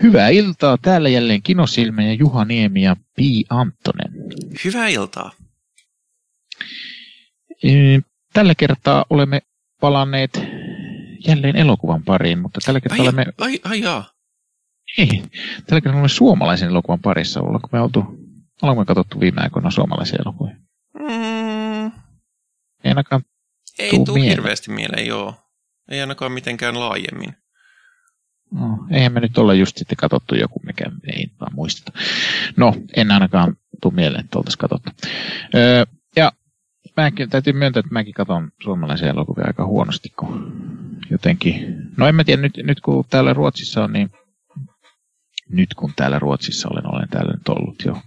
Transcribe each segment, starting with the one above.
Hyvää iltaa. Täällä jälleen Kinosilmä ja Juha Niemi ja Pi Anttonen. Hyvää iltaa. Tällä kertaa olemme palanneet jälleen elokuvan pariin, mutta tällä kertaa olemme... Ai jaa. Ei, tällä kertaa olemme suomalaisen elokuvan parissa. Olemme katsottu viime aikoina suomalaisia elokuvia? Ei ainakaan tule hirveästi mieleen, joo. Ei ainakaan mitenkään laajemmin. No, eihän me nyt olla just sitten katsottu joku, mikä ei vaan muisteta. No, en ainakaan tule mieleen, että oltaisiin katsottu. Ja täytyy myöntää, että mäkin katson suomalaisia elokuvia aika huonosti, kun jotenkin... No en mä tiedä, nyt kun täällä Ruotsissa on, niin... Nyt kun täällä Ruotsissa olen täällä nyt ollut jo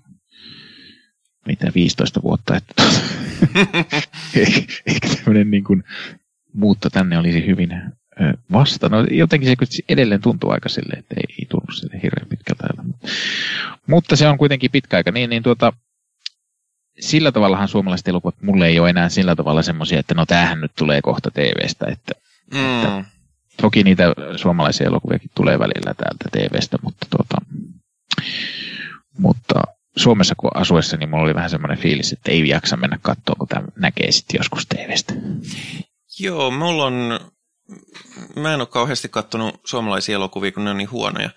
15 vuotta, että eikä tämmöinen niin kuin muutto tänne olisi hyvin vasta. No jotenkin se edelleen tuntuu aika silleen, että ei tunnu sille hirveän pitkältä ajalta. Mutta se on kuitenkin pitkä aika. Sillä tavallahan suomalaiset elokuvat mulle ei ole enää sillä tavalla semmoisia, että no tämähän nyt tulee kohta TV:stä. Että toki niitä suomalaisia elokuviakin tulee välillä täältä TV:stä, mutta Suomessa kun asuessa, niin mulla oli vähän semmoinen fiilis, että ei jaksa mennä katsoa, kun tämä näkee sitten joskus TV:stä. Joo, mä en ole kauheasti katsonut suomalaisia elokuvia, kun ne on niin huonoja.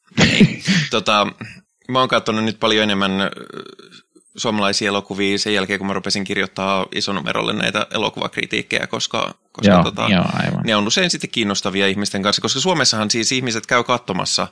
Mä oon katsonut nyt paljon enemmän suomalaisia elokuvia sen jälkeen, kun mä rupesin kirjoittaa isonumerolle näitä elokuvakritiikkejä, koska ne on usein sitten kiinnostavia ihmisten kanssa, koska Suomessahan siis ihmiset käy katsomassa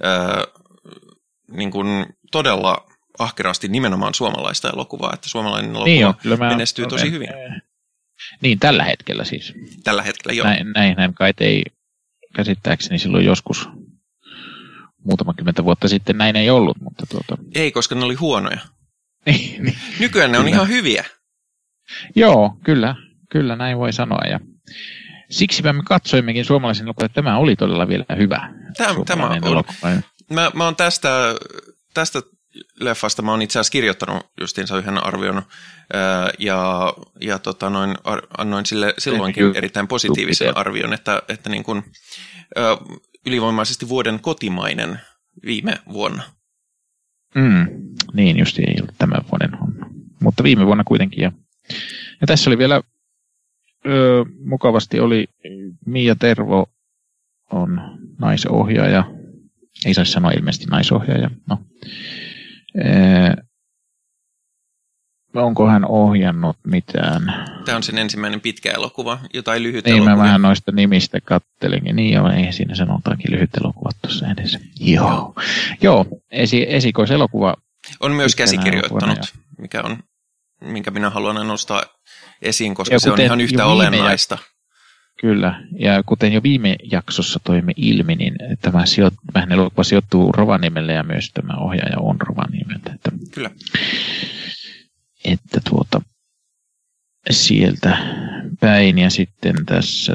niin kuin todella ahkerasti nimenomaan suomalaista elokuvaa, että suomalainen elokuva menestyy tosi hyvin. Niin, tällä hetkellä siis. Tällä hetkellä, joo. Näin kai ei käsittääkseni silloin joskus muutama kymmentä vuotta sitten näin ei ollut, mutta Ei, koska ne oli huonoja. Nykyään ne on ihan hyviä. Joo, kyllä näin voi sanoa. Ja siksi me katsoimmekin suomalaisen elokuvan, että tämä oli todella vielä hyvä. Tämä on. Mä oon tästä leffasta mä oon itse asiassa kirjoittanut justiinsa yhden arvion annoin sille silloinkin erittäin positiivisen arvion, että niin kuin, ylivoimaisesti vuoden kotimainen viime vuonna. Niin just ei ollut tämän vuoden, mutta viime vuonna kuitenkin. Ja tässä oli vielä mukavasti oli Mia Tervo on naisohjaaja. Ei saisi sanoa ilmeisesti naisohjaaja. No. Onko hän ohjannut mitään? Tämä on sen ensimmäinen pitkä elokuva, jotain lyhyt elokuva. Mä vähän noista nimistä kattelinkin. Niin joo, ei siinä sanotaankin lyhyt elokuvat tuossa edessä. Joo, esikoiselokuva. On myös käsikirjoittanut, minkä minä haluan nostaa esiin, koska se on ihan yhtä olennaista. Kyllä, ja kuten jo viime jaksossa toimme ilmi, niin tämä elokuva sijoittuu Rovaniemelle ja myös tämä ohjaaja on Rovaniemeltä. Kyllä. Että sieltä päin ja sitten tässä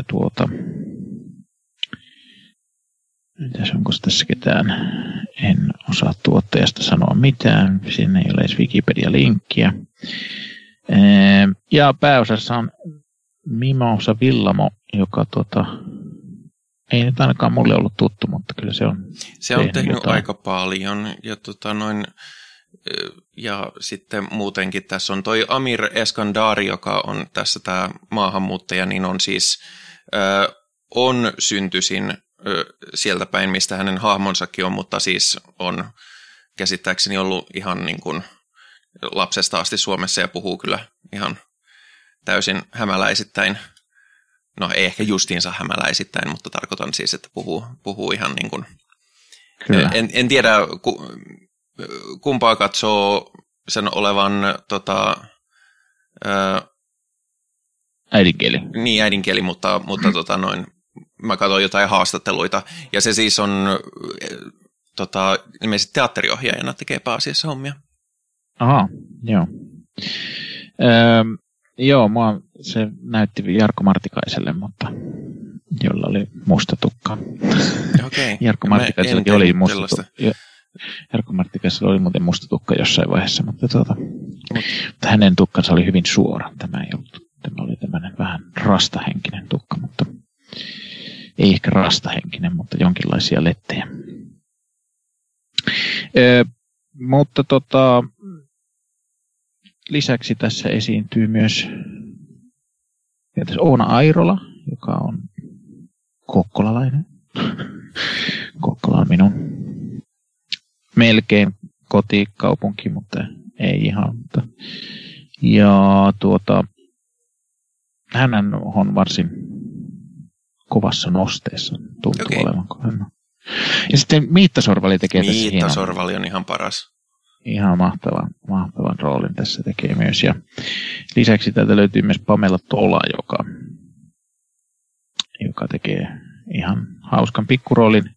onko tässä ketään, en osaa tuottajasta sanoa mitään, sinne ei ole edes Wikipedia-linkkiä. Ja pääosassa on Mimosa Villamo, joka ei nyt ainakaan mulle ollut tuttu, mutta kyllä se on. Se on tehnyt jotain aika paljon ja sitten muutenkin tässä on toi Amir Eskandari, joka on tässä tämä maahanmuuttaja, niin on siis on syntyisin sieltä päin, mistä hänen hahmonsakin on, mutta siis on käsittääkseni ollut ihan niin kuin lapsesta asti Suomessa ja puhuu kyllä ihan täysin hämäläisittäin. No ei ehkä justiinsa hämäläisittäin, mutta tarkoitan siis, että puhuu ihan niin kuin. En tiedä, kumpaa katsoo sen olevan äidinkieli. Niin, äidinkieli, mutta mä katsoin jotain haastatteluita, ja se siis on ilmeisesti teatteriohjaajana tekee pääasiassa hommia. Aha, joo. Joo, mua se näytti Jarkko Martikaiselle, mutta jolla oli musta tukka. Okay. Jarkko Martikaisellakin oli musta tukka. Jarkko Martikaisella oli muuten musta tukka jossain vaiheessa, mutta hänen tukkansa oli hyvin suora. Tämä oli tämmöinen vähän rastahenkinen tukka, mutta ei ehkä rastahenkinen, mutta jonkinlaisia lettejä. Mutta lisäksi tässä esiintyy myös Oona Airola, joka on kokkolalainen. Kokkola on minun melkein kotikaupunki, mutta ei ihan. Ja hän on varsin kovassa nosteessa, tuntuu olevan. Ja sitten Miitta Sorvali tekee tässä Miitta Sorvali on ihan paras. Ihan mahtavan roolin tässä tekee myös. Ja lisäksi täältä löytyy myös Pamela Tola, joka tekee ihan hauskan pikkuroolin.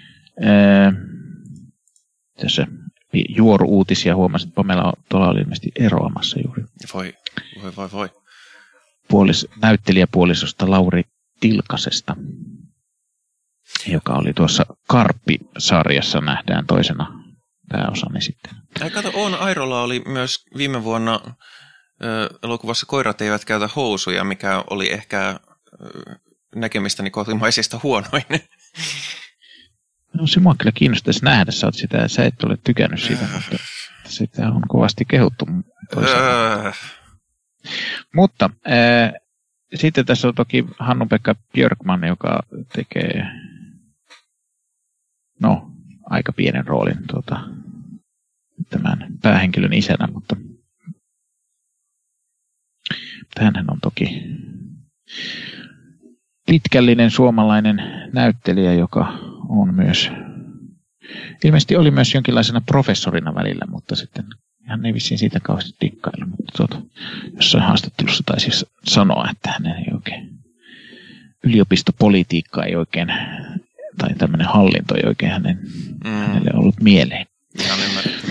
Tässä juoru-uutisia huomasin, että Pamela Tola oli ilmeisesti eroamassa juuri. Voi. Näyttelijäpuolisosta Lauri Tilkasesta, joka oli tuossa Karppi-sarjassa, nähdään toisena pääosani sitten. Kato, Oona Airola oli myös viime vuonna elokuvassa Koirat eivät käytä housuja, mikä oli ehkä näkemistäni kotimaisista huonoin. No se mua kyllä kiinnostaisi nähdä, sä et ole tykännyt siitä, mutta sitä on kovasti kehuttu. Mutta sitten tässä on toki Hannu-Pekka Björkman, joka tekee aika pienen roolin tämän päähenkilön isänä, mutta hänhän on toki pitkällinen suomalainen näyttelijä, joka on myös, ilmeisesti oli myös jonkinlaisena professorina välillä, mutta sitten hän ei vissiin siitä kauheasti dikkailla, mutta jossain haastattelussa taisi sanoa, että hän ei oikein, yliopistopolitiikka ei oikein, tai tämmöinen hallinto ei oikein hänelle ollut mieleen. Ihan ymmärrettävää.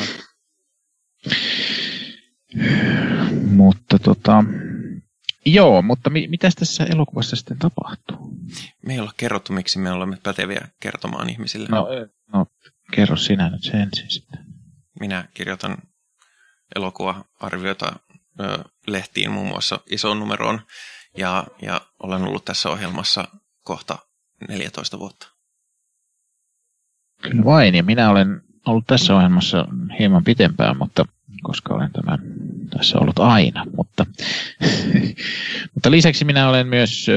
Mutta mutta mitäs tässä elokuvassa sitten tapahtuu? Me ei olla kerrottu, miksi me olemme päteviä kertomaan ihmisille. No kerro sinä nyt se ensin sitten. Minä kirjoitan elokuva-arviota lehtiin muun muassa isoon numeroon ja olen ollut tässä ohjelmassa kohta 14 vuotta. Kyllä vain, ja minä olen ollut tässä ohjelmassa hieman pitempään, mutta koska olen tässä ollut aina, mutta lisäksi minä olen myös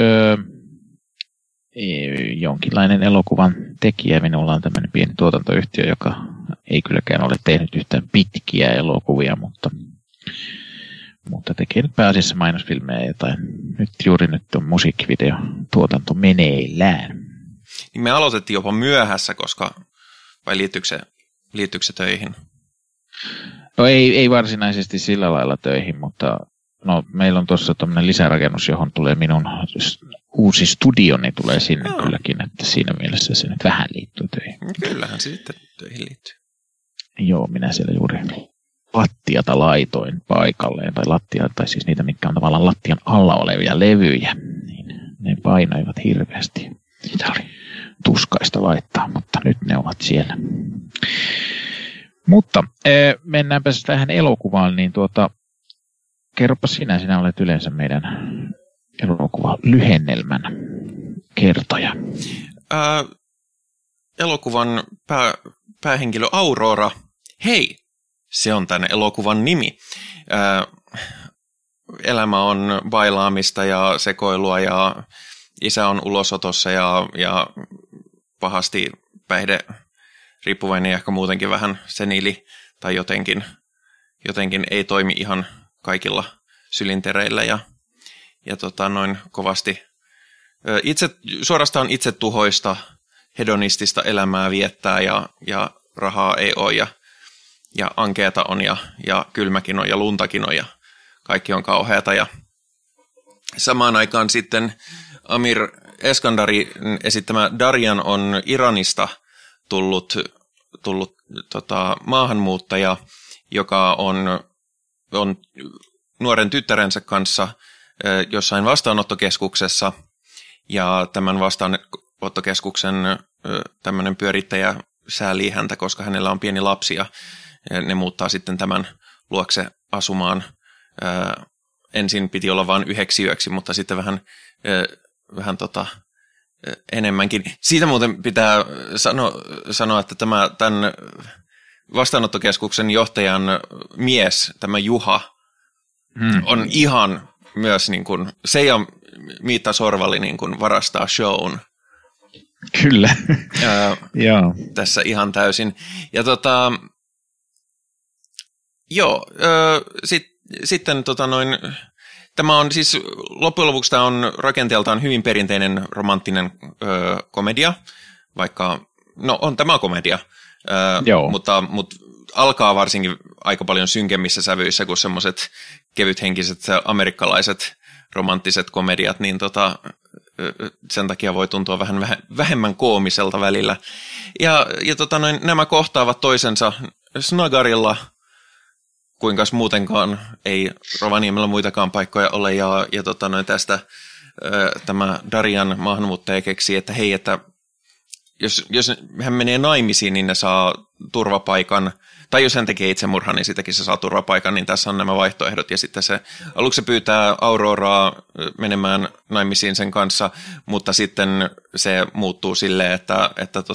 jonkinlainen elokuvan tekijä. Minulla on tämmöinen pieni tuotantoyhtiö, joka ei kylläkään ole tehnyt yhtään pitkiä elokuvia, mutta tekee nyt pääasiassa mainosfilmejä jotain. Juuri nyt on musiikkivideotuotanto meneillään. Niin me aloitettiin jopa myöhässä, vai liittyykö se töihin? No ei varsinaisesti sillä lailla töihin, mutta meillä on tuossa tämmöinen lisärakennus, johon tulee minun uusi studioni tulee sinne kylläkin, että siinä mielessä se nyt vähän liittyy töihin. Kyllähän se sitten töihin liittyy. Joo, minä siellä juuri lattiata laitoin paikalleen, tai siis niitä, mitkä on tavallaan lattian alla olevia levyjä, niin ne painoivat hirveästi. Niitä oli tuskaista laittaa, mutta nyt ne ovat siellä. Mutta mennäänpä tähän elokuvaan, niin kerropa sinä olet yleensä meidän elokuva-lyhennelmän kertoja. Elokuvan päähenkilö Aurora, hei, se on tämän elokuvan nimi. Elämä on bailaamista ja sekoilua ja isä on ulosotossa ja pahasti päihderiippuvainen ja ehkä muutenkin vähän seniili tai jotenkin ei toimi ihan kaikilla sylintereillä ja noin kovasti suorastaan itsetuhoista hedonistista elämää viettää ja rahaa ei ole ja ankeata on ja kylmäkin on ja luntakin on ja kaikki on kauheata ja samaan aikaan sitten Amir Eskandarin esittämä Darjan on Iranista tullut maahanmuuttaja, joka on nuoren tyttärensä kanssa jossain vastaanottokeskuksessa ja tämän vastaanottokeskuksen tämmöinen pyörittäjä säälii häntä, koska hänellä on pieni lapsi ja ne muuttaa sitten tämän luokse asumaan. Ensin piti olla vain 1 yöksi, mutta sitten vähän enemmänkin. Siitä muuten pitää sanoa, että tämän vastaanottokeskuksen johtajan mies, tämä Juha, on ihan myös niin kuin, se ja Miitta Sorvali niin kuin varastaa shown. Kyllä. Joo. Tässä ihan täysin. Ja sitten tämä on siis, loppujen lopuksi tämä on rakenteeltaan hyvin perinteinen romanttinen komedia, vaikka, no on tämä komedia, mutta alkaa varsinkin aika paljon synkemmissä sävyissä kuin semmoiset kevythenkiset amerikkalaiset romanttiset komediat, niin sen takia voi tuntua vähän vähemmän koomiselta välillä. Ja nämä kohtaavat toisensa snagarilla, kuinkas muutenkaan ei Rovaniemellä muitakaan paikkoja ole, ja tästä tämä Darian maahanmuuttaja keksii, että hei, että jos hän menee naimisiin, niin ne saa turvapaikan, tai jos hän tekee itsemurhan, niin sitäkin se saa turvapaikan, niin tässä on nämä vaihtoehdot, ja sitten aluksi se pyytää Auroraa menemään naimisiin sen kanssa, mutta sitten se muuttuu silleen, että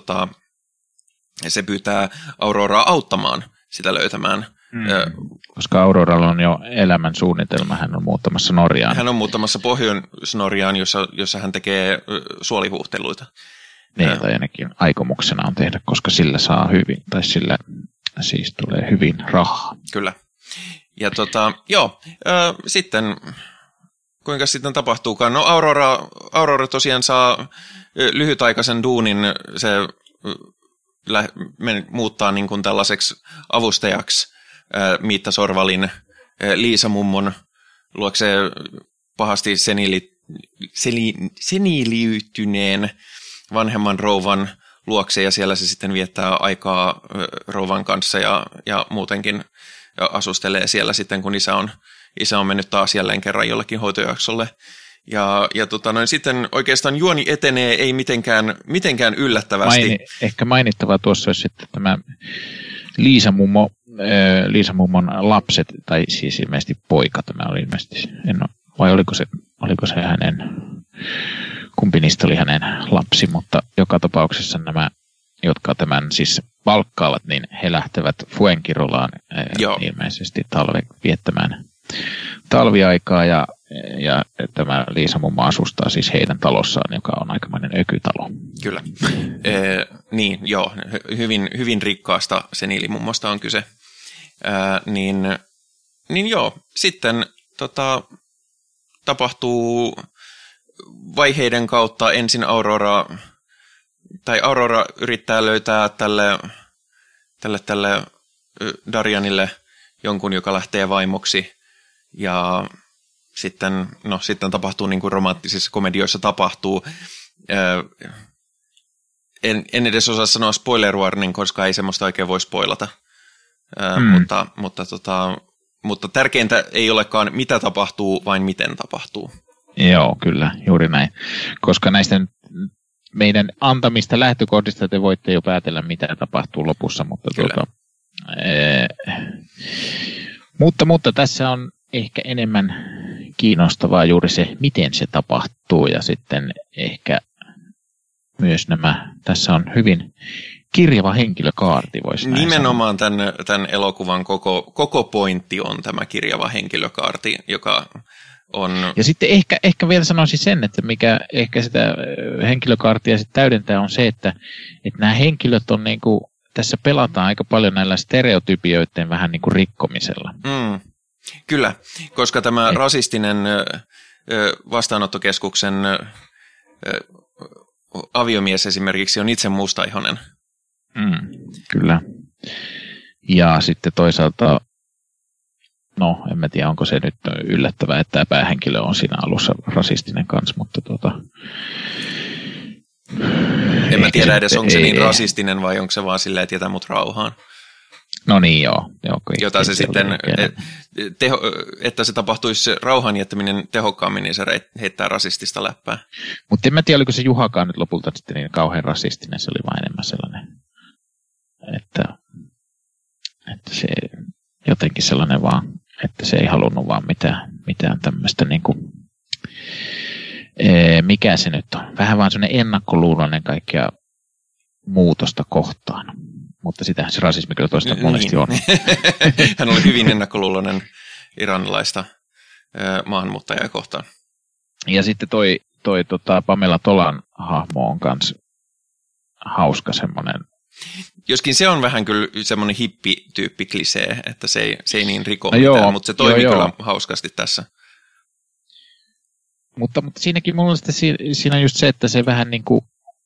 se pyytää Auroraa auttamaan sitä löytämään. Koska Auroralla on jo elämän suunnitelma, hän on muuttamassa Norjaan. Hän on muuttamassa Pohjois-Norjaan, jossa hän tekee suolihuhteluita. Niin, tai ainakin aikomuksena on tehdä, koska sillä saa hyvin, tai sillä siis tulee hyvin rahaa. Kyllä. Ja sitten, kuinka sitten tapahtuukaan? No Aurora tosiaan saa lyhytaikaisen duunin, se muuttaa niin kuin tällaiseksi avustajaksi Miitta Sorvalin Liisa-mummon luokse pahasti seniiliytyneen vanhemman rouvan luokse, ja siellä se sitten viettää aikaa rouvan kanssa ja muutenkin asustelee siellä sitten, kun isä on mennyt taas jälleen kerran jollekin hoitojaksolle. Ja sitten oikeastaan juoni etenee ei mitenkään yllättävästi. Ehkä mainittavaa tuossa olisi sitten tämä Liisa-mummon lapset, tai siis ilmeisesti poika, tämä oli ilmeisesti, vai oliko se hänen, kumpi niistä oli hänen lapsi, mutta joka tapauksessa nämä, jotka tämän siis valkkaavat, niin he lähtevät Fuengirolaan ilmeisesti viettämään talviaikaa, ja tämä Liisa-mummo asustaa siis heidän talossaan, joka on aikamoinen ökytalo. Kyllä. Niin, joo. Hyvin rikkaasta seniilimummosta on kyse. Niin joo. Sitten tapahtuu vaiheiden kautta ensin Aurora yrittää löytää tälle Darianille jonkun, joka lähtee vaimoksi, ja sitten tapahtuu niin kuin romanttisissa komedioissa tapahtuu. En edes osaa sanoa spoiler warning, koska ei semmoista oikein voi spoilata. Mutta tärkeintä ei olekaan mitä tapahtuu, vain miten tapahtuu. Joo, kyllä, juuri näin. Koska näistä meidän antamista lähtökohdista te voitte jo päätellä, mitä tapahtuu lopussa, mutta tässä on ehkä enemmän kiinnostavaa juuri se, miten se tapahtuu, ja sitten ehkä myös tässä on hyvin kirjava henkilökaarti, voisi näin nimenomaan sanoa. Tämän elokuvan koko pointti on tämä kirjava henkilökaarti, joka on... Ja sitten ehkä vielä sanoisin sen, että mikä ehkä sitä henkilökaartia sitten täydentää on se, että nämä henkilöt on niinku, tässä pelataan aika paljon näillä stereotypioiden vähän niin kuin rikkomisella. Kyllä, koska tämä rasistinen vastaanottokeskuksen aviomies esimerkiksi on itse mustaihoinen. Kyllä. Ja sitten toisaalta, no en mä tiedä, onko se nyt yllättävää, että tämä päähenkilö on siinä alussa rasistinen kanssa, mutta en mä tiedä edes, onko se niin rasistinen vai onko se vaan silleen, että jätä mut rauhaan. No niin, joo. Jota se sitten, että se tapahtuisi rauhan jättäminen tehokkaammin, niin se heittää rasistista läppää. Mutta en mä tiedä, oliko se Juhakaan nyt lopulta sitten niin kauhean rasistinen, se oli vaan enemmän sellainen, että se jotenkin sellainen vaan, että se ei halunnut vaan mitään tämmöistä niin kuin, mikä se nyt on, vähän vaan sellainen ennakkoluuloinen kaikkea muutosta kohtaan. mutta sitähän se rasismi kyllä toista monesti on. Hän oli hyvin ennakkoluuloinen iranilaista maahanmuuttajaa kohtaan. Ja sitten toi Pamela Tolan hahmo on kans hauska semmoinen. Joskin se on vähän kyllä semmoinen hippityyppi klisee, että se ei niin riko mitään, mutta se toimii kyllä hauskasti tässä. Mutta siinäkin mulla on siinä just se, että se vähän niin kuin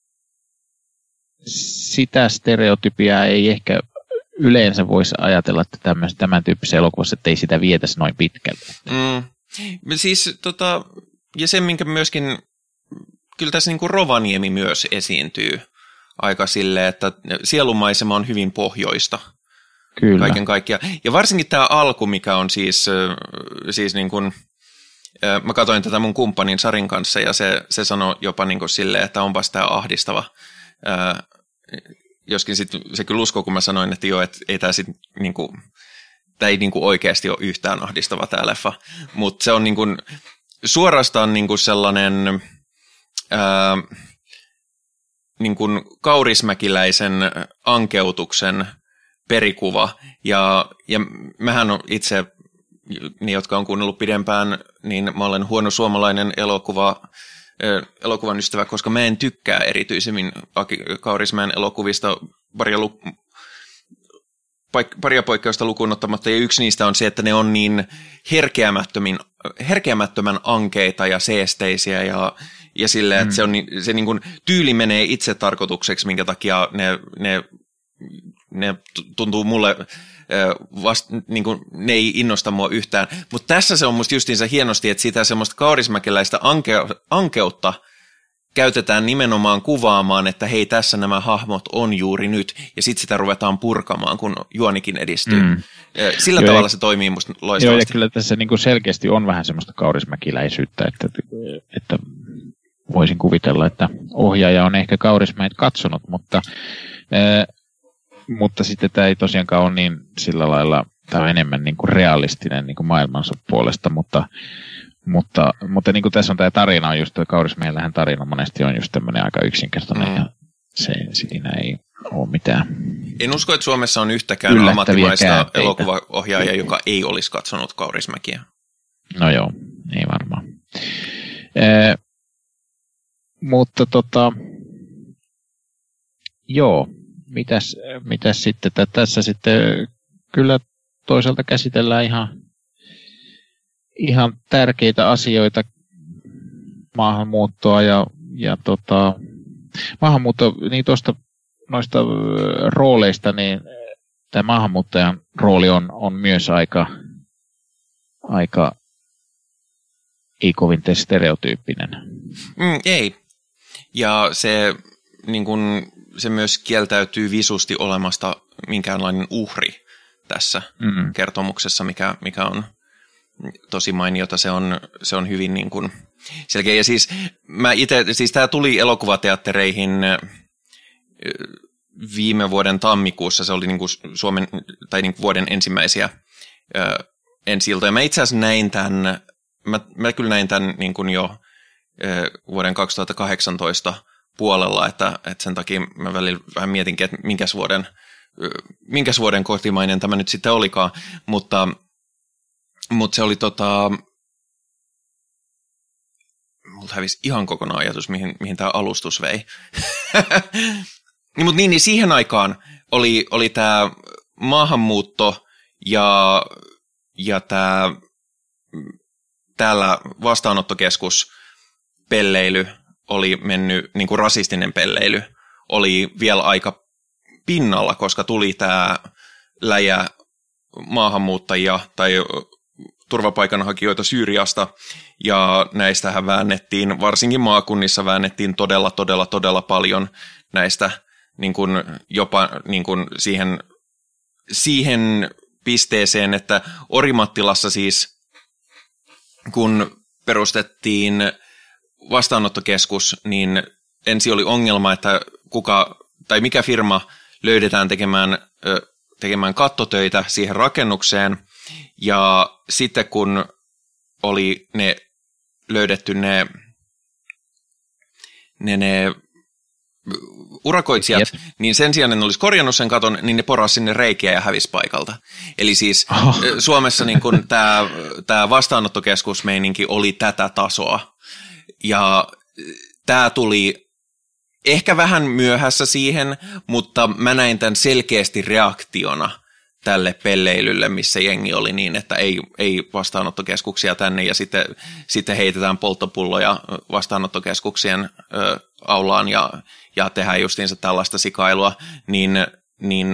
sitä stereotypiaa ei ehkä yleensä voisi ajatella, että tämän tyyppisessä elokuvassa, että ei sitä vietäisi noin pitkälle. Siis ja se, minkä myöskin, kyllä tässä niin kuin Rovaniemi myös esiintyy aika silleen, että sielumaisema on hyvin pohjoista. Kyllä. Kaiken kaikkiaan. Ja varsinkin tämä alku, mikä on siis niin kuin, mä katsoin tätä mun kumppanin Sarin kanssa, ja se sanoi jopa niin kuin silleen, että onpas tämä ahdistava. Joskin sitten se kyllä uskoi, kun mä sanoin, että joo, että ei tämä sitten niinku, tämä ei niinku oikeasti ole yhtään ahdistava tämä leffa, mutta se on niinku suorastaan niinku sellainen niinku kaurismäkiläisen ankeutuksen perikuva, ja mähän on itse, niin jotka on kuunnellut pidempään, niin mä olen huono suomalainen elokuvan ystävä, koska mä en tykkää erityisemmin Aki Kaurismäen elokuvista paria poikkeusta lukuun ottamatta, ja yksi niistä on se, että ne on niin herkeämättömän ankeita ja seesteisiä, ja silleen, että se niin kuin tyyli menee itse tarkoitukseksi, minkä takia ne tuntuu mulle niin kuin, ne ei innosta mua yhtään. Mutta tässä se on musta justiinsa hienosti, että sitä semmoista kaurismäkeläistä ankeutta käytetään nimenomaan kuvaamaan, että hei, tässä nämä hahmot on juuri nyt, ja sitten sitä ruvetaan purkamaan, kun juonikin edistyy. Sillä tavalla se toimii musta loistavasti. Joo, ja kyllä tässä niin kuin selkeästi on vähän semmoista kaurismäkiläisyyttä, että voisin kuvitella, että ohjaaja on ehkä Kaurismäet katsonut, mutta sitten tämä ei tosiaankaan ole niin sillä lailla, tämä on enemmän niin kuin realistinen niin kuin maailmansa puolesta, mutta niin kuin tässä on tämä tarina, on just Kaurismäellähän tarina monesti on just tämmöinen aika yksinkertainen, ja siinä ei ole mitään. En usko, että Suomessa on yhtäkään ammattimaista elokuvaohjaajaa, joka ei olisi katsonut Kaurismäkiä. No joo, ei varmaan. Mutta joo, mitäs sitten, tässä sitten kyllä toisaalta käsitellään ihan tärkeitä asioita, maahanmuuttoa ja maahanmuutto, niin noista rooleista, niin tämä maahanmuuttajan rooli on myös aika ei kovin stereotyyppinen. Ei. Ja se, niin kun, se myös kieltäytyy visusti olemasta minkäänlainen uhri tässä kertomuksessa, mikä on tosi mainiota. Se on hyvin niin kun selkeä. Ja siis tämä tuli elokuvateattereihin viime vuoden tammikuussa. Se oli niin kuin Suomen tai niin kuin vuoden ensimmäisiä ensi-iltoja. Mä itse asiassa näin tämän. Mä kyllä näin tämän niin kuin jo vuoden 2018 puolella, että sen takia mä välillä vähän mietinkin, että minkäs vuoden kotimainen tämä nyt sitten olikaan, mutta se oli multa hävisi ihan kokonaan ajatus, mihin tämä alustus vei. Mutta siihen aikaan oli tämä maahanmuutto ja tämä täällä vastaanottokeskuspelleily oli mennyt, niin kuin rasistinen pelleily, oli vielä aika pinnalla, koska tuli tämä läjä maahanmuuttajia tai turvapaikanhakijoita Syyriasta, ja näistähän väännettiin, varsinkin maakunnissa väännettiin todella paljon näistä niin kuin jopa niin kuin siihen pisteeseen, että Orimattilassa siis kun perustettiin vastaanottokeskus, niin ensin oli ongelma, että mikä firma löydetään tekemään kattotöitä siihen rakennukseen, ja sitten kun oli löydetty ne urakoitsijat, niin sen sijaan ne olisi korjannut sen katon, niin ne porasi sinne reikiä ja hävisi paikalta. Eli siis Suomessa niin kun tämä vastaanottokeskusmeininki oli tätä tasoa. Ja tämä tuli ehkä vähän myöhässä siihen, mutta mä näin tämän selkeästi reaktiona tälle pelleilylle, missä jengi oli niin, että ei vastaanottokeskuksia tänne ja sitten heitetään polttopulloja vastaanottokeskuksien aulaan ja tehdään justiinsa tällaista sikailua, niin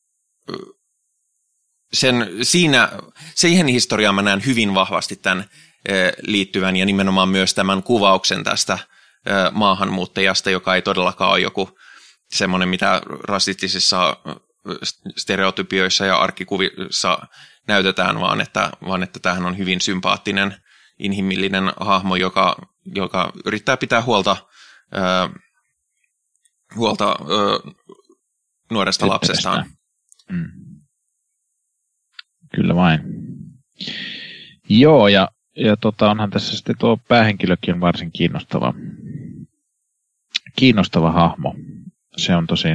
siihen historiaan mä näen hyvin vahvasti tämän liittyvän ja nimenomaan myös tämän kuvauksen tästä maahanmuuttajasta, joka ei todellakaan ole joku semmoinen, mitä rasistisissa stereotypioissa ja arkkikuvissa näytetään, vaan että tämähän on hyvin sympaattinen, inhimillinen hahmo, joka yrittää pitää huolta nuoresta lapsestaan. Kyllä vain. Joo, ja onhan tässä sitten tuo päähenkilökin varsin kiinnostava hahmo. Se on tosi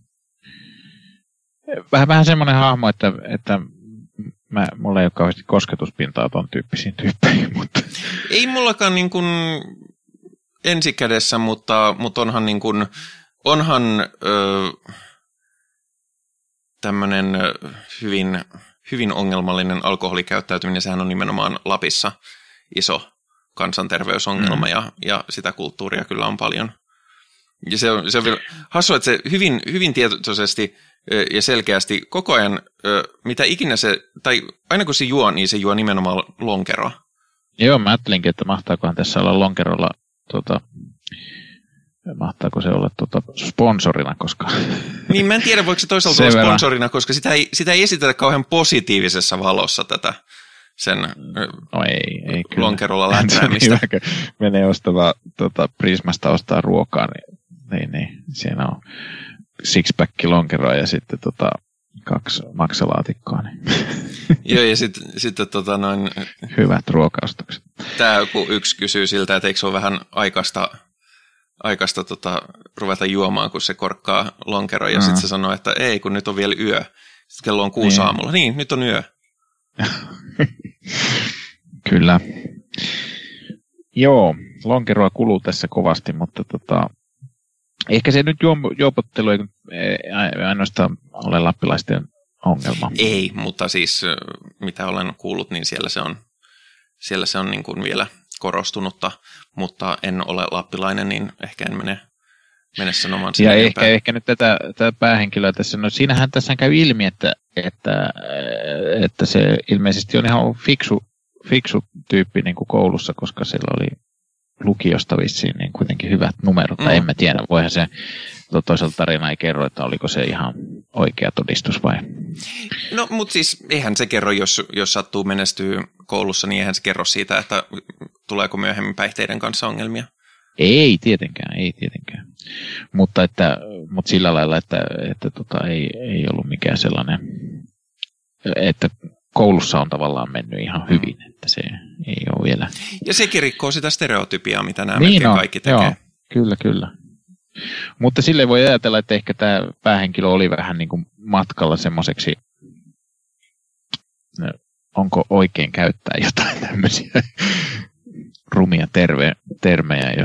vähän semmoinen hahmo, että mulla ei ole kauheasti kosketuspintaa ton tyyppisiin tyyppeihin. Mutta. Ei mullakaan niin kuin ensikädessä, mutta onhan, niin kuin, tämmöinen hyvin ongelmallinen alkoholikäyttäytyminen. Sehän on nimenomaan Lapissa iso kansanterveysongelma ja sitä kulttuuria kyllä on paljon. Ja se on vielä hassua, että se hyvin tietoisesti ja selkeästi koko ajan, mitä ikinä se, tai aina kun se juo, niin se juo nimenomaan lonkeroa. Joo, mä ajattelinkin, että mahtaakohan tässä olla lonkerolla, mahtaako se olla sponsorina, koska. Niin, mä en tiedä, voiko se toisaalta olla sponsorina, koska sitä ei esitetä kauhean positiivisessa valossa tätä sen ei lonkerolla läträämistä. Menee ostamaan Prismasta ostaa ruokaa, niin siinä on six-pack lonkeroa ja sitten 2 maksalaatikkoa. Niin. Joo, ja sitten hyvät ruokaostokset. Tämä kun yksi kysyy siltä, että eikö se ole vähän aikaista ruveta juomaan, kun se korkkaa lonkeroa, ja sitten se sanoo, että ei, kun nyt on vielä yö. Sitten kello on 6 aamulla. Niin, nyt on yö. Kyllä. Joo, lonkeroa kuluu tässä kovasti, mutta ehkä se nyt juopottelu ei ainoastaan ole lappilaisten ongelma. Ei, mutta siis mitä olen kuullut, niin siellä se on niin kuin vielä korostunutta, mutta en ole lappilainen, niin ehkä en mene sanomaan sitä. Ja ehkä nyt tätä päähenkilöä tässä, no siinähän tässä käy ilmi, että se ilmeisesti on ihan fiksu tyyppi niin kuin koulussa, koska sillä oli lukiosta vissiin niin kuitenkin hyvät numerot, tai en mä tiedä, voihan se toisaalta tarina ei kerro, että oliko se ihan oikea todistus vai? No, mutta siis eihän se kerro, jos sattuu menestyy koulussa, niin eihän se kerro siitä, että tuleeko myöhemmin päihteiden kanssa ongelmia. Ei tietenkään. Mutta sillä lailla, että ei ollut mikään sellainen, että koulussa on tavallaan mennyt ihan hyvin, että se ei ole vielä. Ja sekin rikkoo sitä stereotypiaa, mitä nämä melkein kaikki tekee. Joo, kyllä. Mutta sille voi ajatella, että ehkä tämä päähenkilö oli vähän niin kuin matkalla semmoiseksi, onko oikein käyttää jotain tämmöisiä rumia termejä,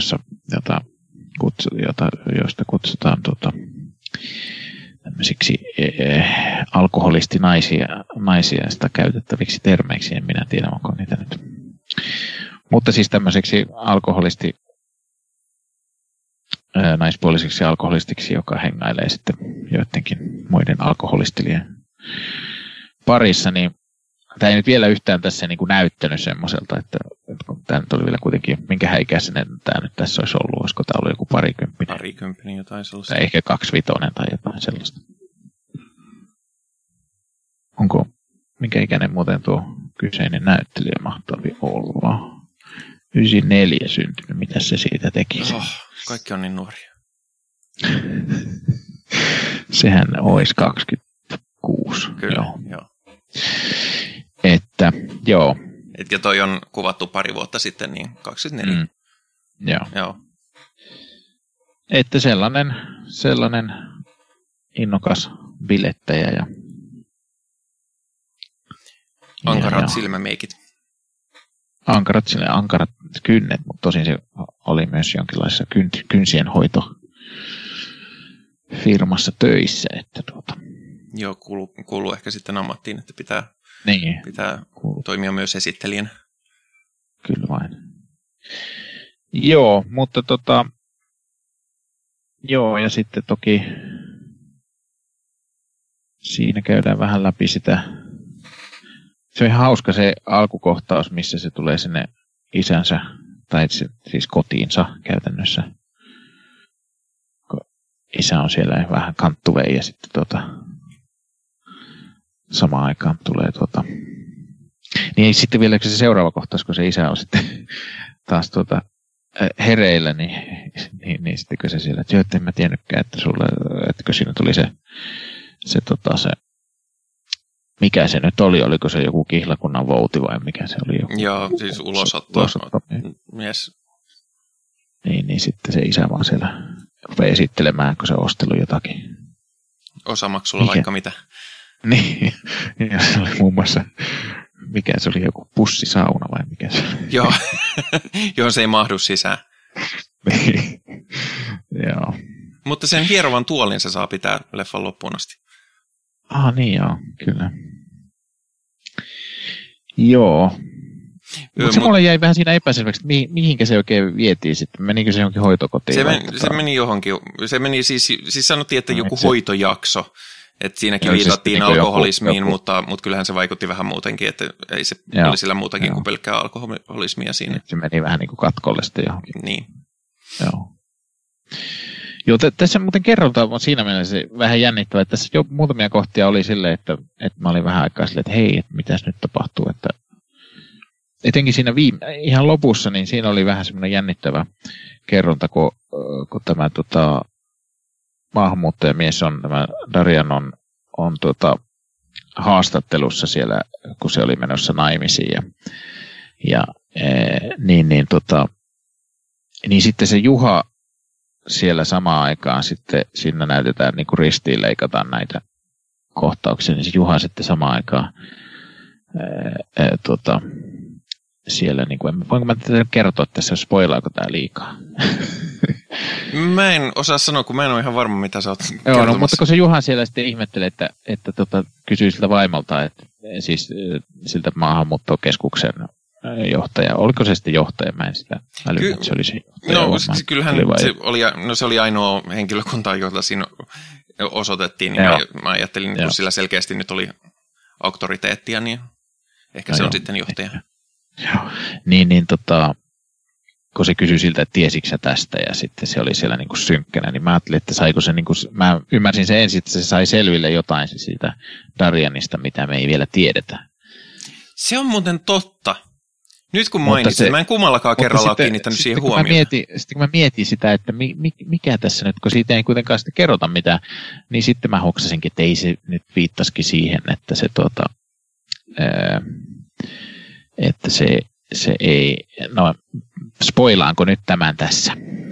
joista kutsutaan tämmöisiksi alkoholistinaisia sitä käytettäviksi termeiksi, en minä tiedä, onko niitä nyt. Mutta siis tämmöiseksi naispuoliseksi alkoholistiksi, joka hengailee sitten joidenkin muiden alkoholistien parissa, niin tämä ei nyt vielä yhtään tässä niin kuin näyttänyt semmoiselta, että kun tämä nyt oli vielä kuitenkin, minkä häikäisen tämä nyt tässä olisi ollut, olisiko tämä ollut joku parikymppinen. Parikymppinen jotain sellaista. Tai ehkä 25 tai jotain sellaista. Minkä ikäinen muuten tuo kyseinen näyttelijä mahtavi olla? 94 syntynyt, mitä se siitä teki? Kaikki on niin nuoria. Sehän olisi 26. Kyllä, joo. Että, joo. Ja toi on kuvattu pari vuotta sitten, niin 24. Joo. Että sellainen innokas bilettäjä ja ankarat silmämeikit. Ankarat kynnet, mutta tosin se oli myös jonkinlaisessa kynsien hoito firmassa töissä, että Joo, kuuluu ehkä sitten ammattiin, että pitää toimia myös esittelijänä. Kyllä vain. Joo, mutta joo, ja sitten toki siinä käydään vähän läpi sitä. Se on ihan hauska se alkukohtaus, missä se tulee sinne isänsä, tai siis kotiinsa käytännössä. Isä on siellä vähän kanttuvei ja sitten samaan aikaan tulee niin sitten vielä se seuraava kohtaus, kun se isä on sitten taas hereillä, niin sitten se siellä, että en mä tiennytkään, että kun siinä tuli se mikä se nyt oli, oliko se joku kihlakunnan vouti vai mikä se oli? Joku, joo, siis ulosotto mies. Niin sitten se isä vaan siellä rupeaa esittelemään, kun se on ostellut jotakin. Osamaksulla vaikka mitä. Niin, ja se oli muun muassa, mikä se oli, joku pussisauna vai mikä se oli? Joo, johon se ei mahdu sisään. Niin, joo. Mutta sen hierovan tuolin se saa pitää leffan loppuun asti. Niin joo, kyllä. Joo. Mutta se mulle jäi vähän siinä epäselväksi, että mihinkä se oikein vietiin sitten. Menikö se johonkin hoitokotiin? Se meni johonkin. Se meni siis sanottiin, että joku hoitojakso. Että siinäkin viitattiin alkoholismiin, mutta kyllähän se vaikutti vähän muutenkin, että ei se oli sillä muutakin kuin pelkkää alkoholismia siinä. Se meni vähän niin kuin katkolle sitten johonkin. Niin. Joo, tässä muuten kerronta on siinä mielessä vähän jännittävää, että tässä jo muutamia kohtia oli silleen, että mä olin vähän aikaa silleen, että hei, että mitäs nyt tapahtuu, että etenkin siinä ihan lopussa, niin siinä oli vähän semmoinen jännittävä kerronta, kun tämä maahanmuuttajamies on, tämä Darian on haastattelussa siellä, kun se oli menossa naimisiin niin sitten se Juha siellä samaan aikaan sitten siinä näytetään niin kuin ristiin leikataan näitä kohtauksia, niin se Juha sitten samaan aikaan siellä, niin kuin, voinko mä kertoa tässä, spoilaako tämä liikaa? Mä en osaa sanoa, kun mä en ole ihan varma, mitä sä oot kertomassa. Joo, no, mutta kun se Juha siellä sitten ihmettelee, että kysyy siltä vaimolta, että siis siltä maahanmuuttokeskuksen johtaja, oliko se sitten johtaja? Mä en sitä älynyt, että se oli se johtaja. No kyllähän se oli ainoa henkilökunta, jota siinä osoitettiin, niin mä ajattelin, että kun sillä selkeästi nyt oli auktoriteettia, niin ehkä se on sitten johtaja. Joo, kun se kysyi siltä, että tiesikö sä tästä, ja sitten se oli siellä niin kuin synkkänä, niin mä ajattelin, että saiko se, niin kuin, mä ymmärsin sen ensin, että se sai selville jotain siitä Darianista, mitä me ei vielä tiedetä. Se on muuten totta. Nyt kun mainitsin, mä en kummallakaan kerralla ole kiinnittänyt siihen huomioon. Sitten kun mä mietin sitä, että mikä tässä nyt, kun siitä ei kuitenkaan sitten kerrota mitään, niin sitten mä hoksasinkin, että ei se nyt viittasikin siihen, että se että se ei, no spoilaanko nyt tämän tässä?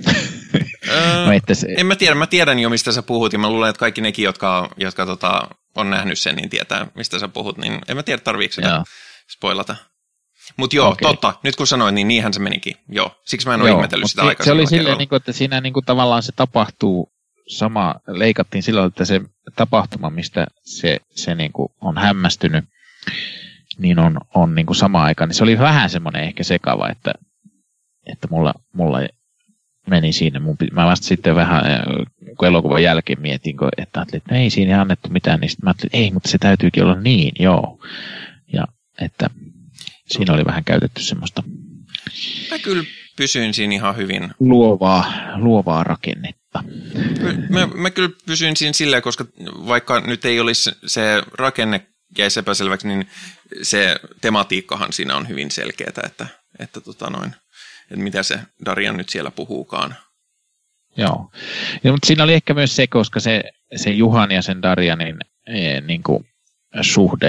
Mä tiedän jo, mistä sä puhut, ja mä luulen, että kaikki nekin, jotka on nähnyt sen, niin tietää, mistä sä puhut, niin en mä tiedä, tarviiko sitä spoilata. Mutta joo, okay. Totta, nyt kun sanoin, niin niinhän se menikin, joo. Siksi mä en ole ihmetellyt sitä aikaisemmin. Se oli silleen, että siinä tavallaan se tapahtuu, leikattiin silloin, että se tapahtuma, mistä se on hämmästynyt, niin on niin kuin sama aika, niin se oli vähän semmoinen ehkä sekava, että mulla meni siinä. Mä vasta sitten vähän, kun elokuvan jälkeen mietin, että ajattelin, että ei siinä annettu mitään, niin sitten mä ajattelin, että ei, mutta se täytyykin olla niin, joo. Ja että siinä oli vähän käytetty semmoista mä kyllä pysyin siinä ihan hyvin. Luovaa rakennetta. Mä kyllä pysyin siinä silleen, koska vaikka nyt ei olisi se rakenne jäisi epäselväksi, niin se tematiikkahan siinä on hyvin selkeää, että mitä se Darian nyt siellä puhuukaan. Joo, mutta siinä oli ehkä myös se, koska se Juhan ja sen Darianin niin kuin suhde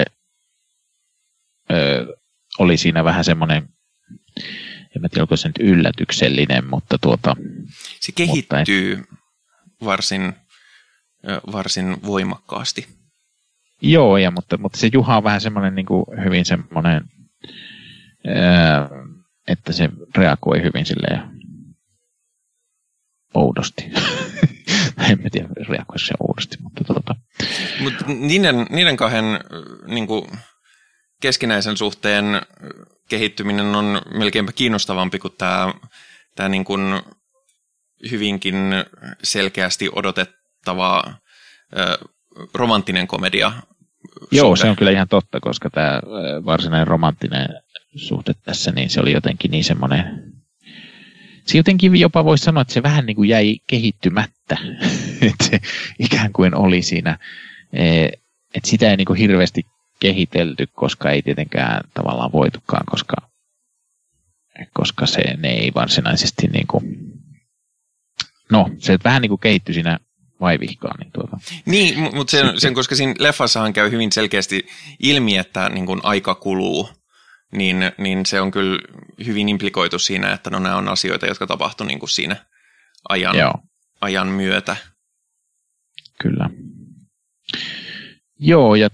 oli siinä vähän semmoinen, en mä tiedä, onko se nyt yllätyksellinen, mutta se kehittyy varsin voimakkaasti. Joo, mutta se Juha on vähän semmoinen niin kuin hyvin semmoinen, että se reagoi hyvin silleen oudosti. En tiedä, reagoi se oudosti, mutta Mutta niiden kahden niin kuin keskinäisen suhteen kehittyminen on melkeinpä kiinnostavampi kuin tämä niin kuin hyvinkin selkeästi odotettava romanttinen komedia. Joo, se on kyllä ihan totta, koska tämä varsinainen romanttinen suhde tässä, niin se oli jotenkin niin semmoinen, se jotenkin jopa voisi sanoa, että se vähän niin kuin jäi kehittymättä, että se ikään kuin oli siinä, että sitä ei niin kuin hirveästi kehitelty, koska ei tietenkään tavallaan voitukaan, koska ne ei varsinaisesti niin kuin, no se vähän niin kuin kehittyi siinä vaivihkaan. Niin, mutta sen, koska siinä leffassahan käy hyvin selkeästi ilmi, että niin kuin aika kuluu, niin se on kyllä hyvin implikoitu siinä, että no nämä on asioita, jotka tapahtuu niin kuin siinä ajan myötä. Kyllä. Joo, ja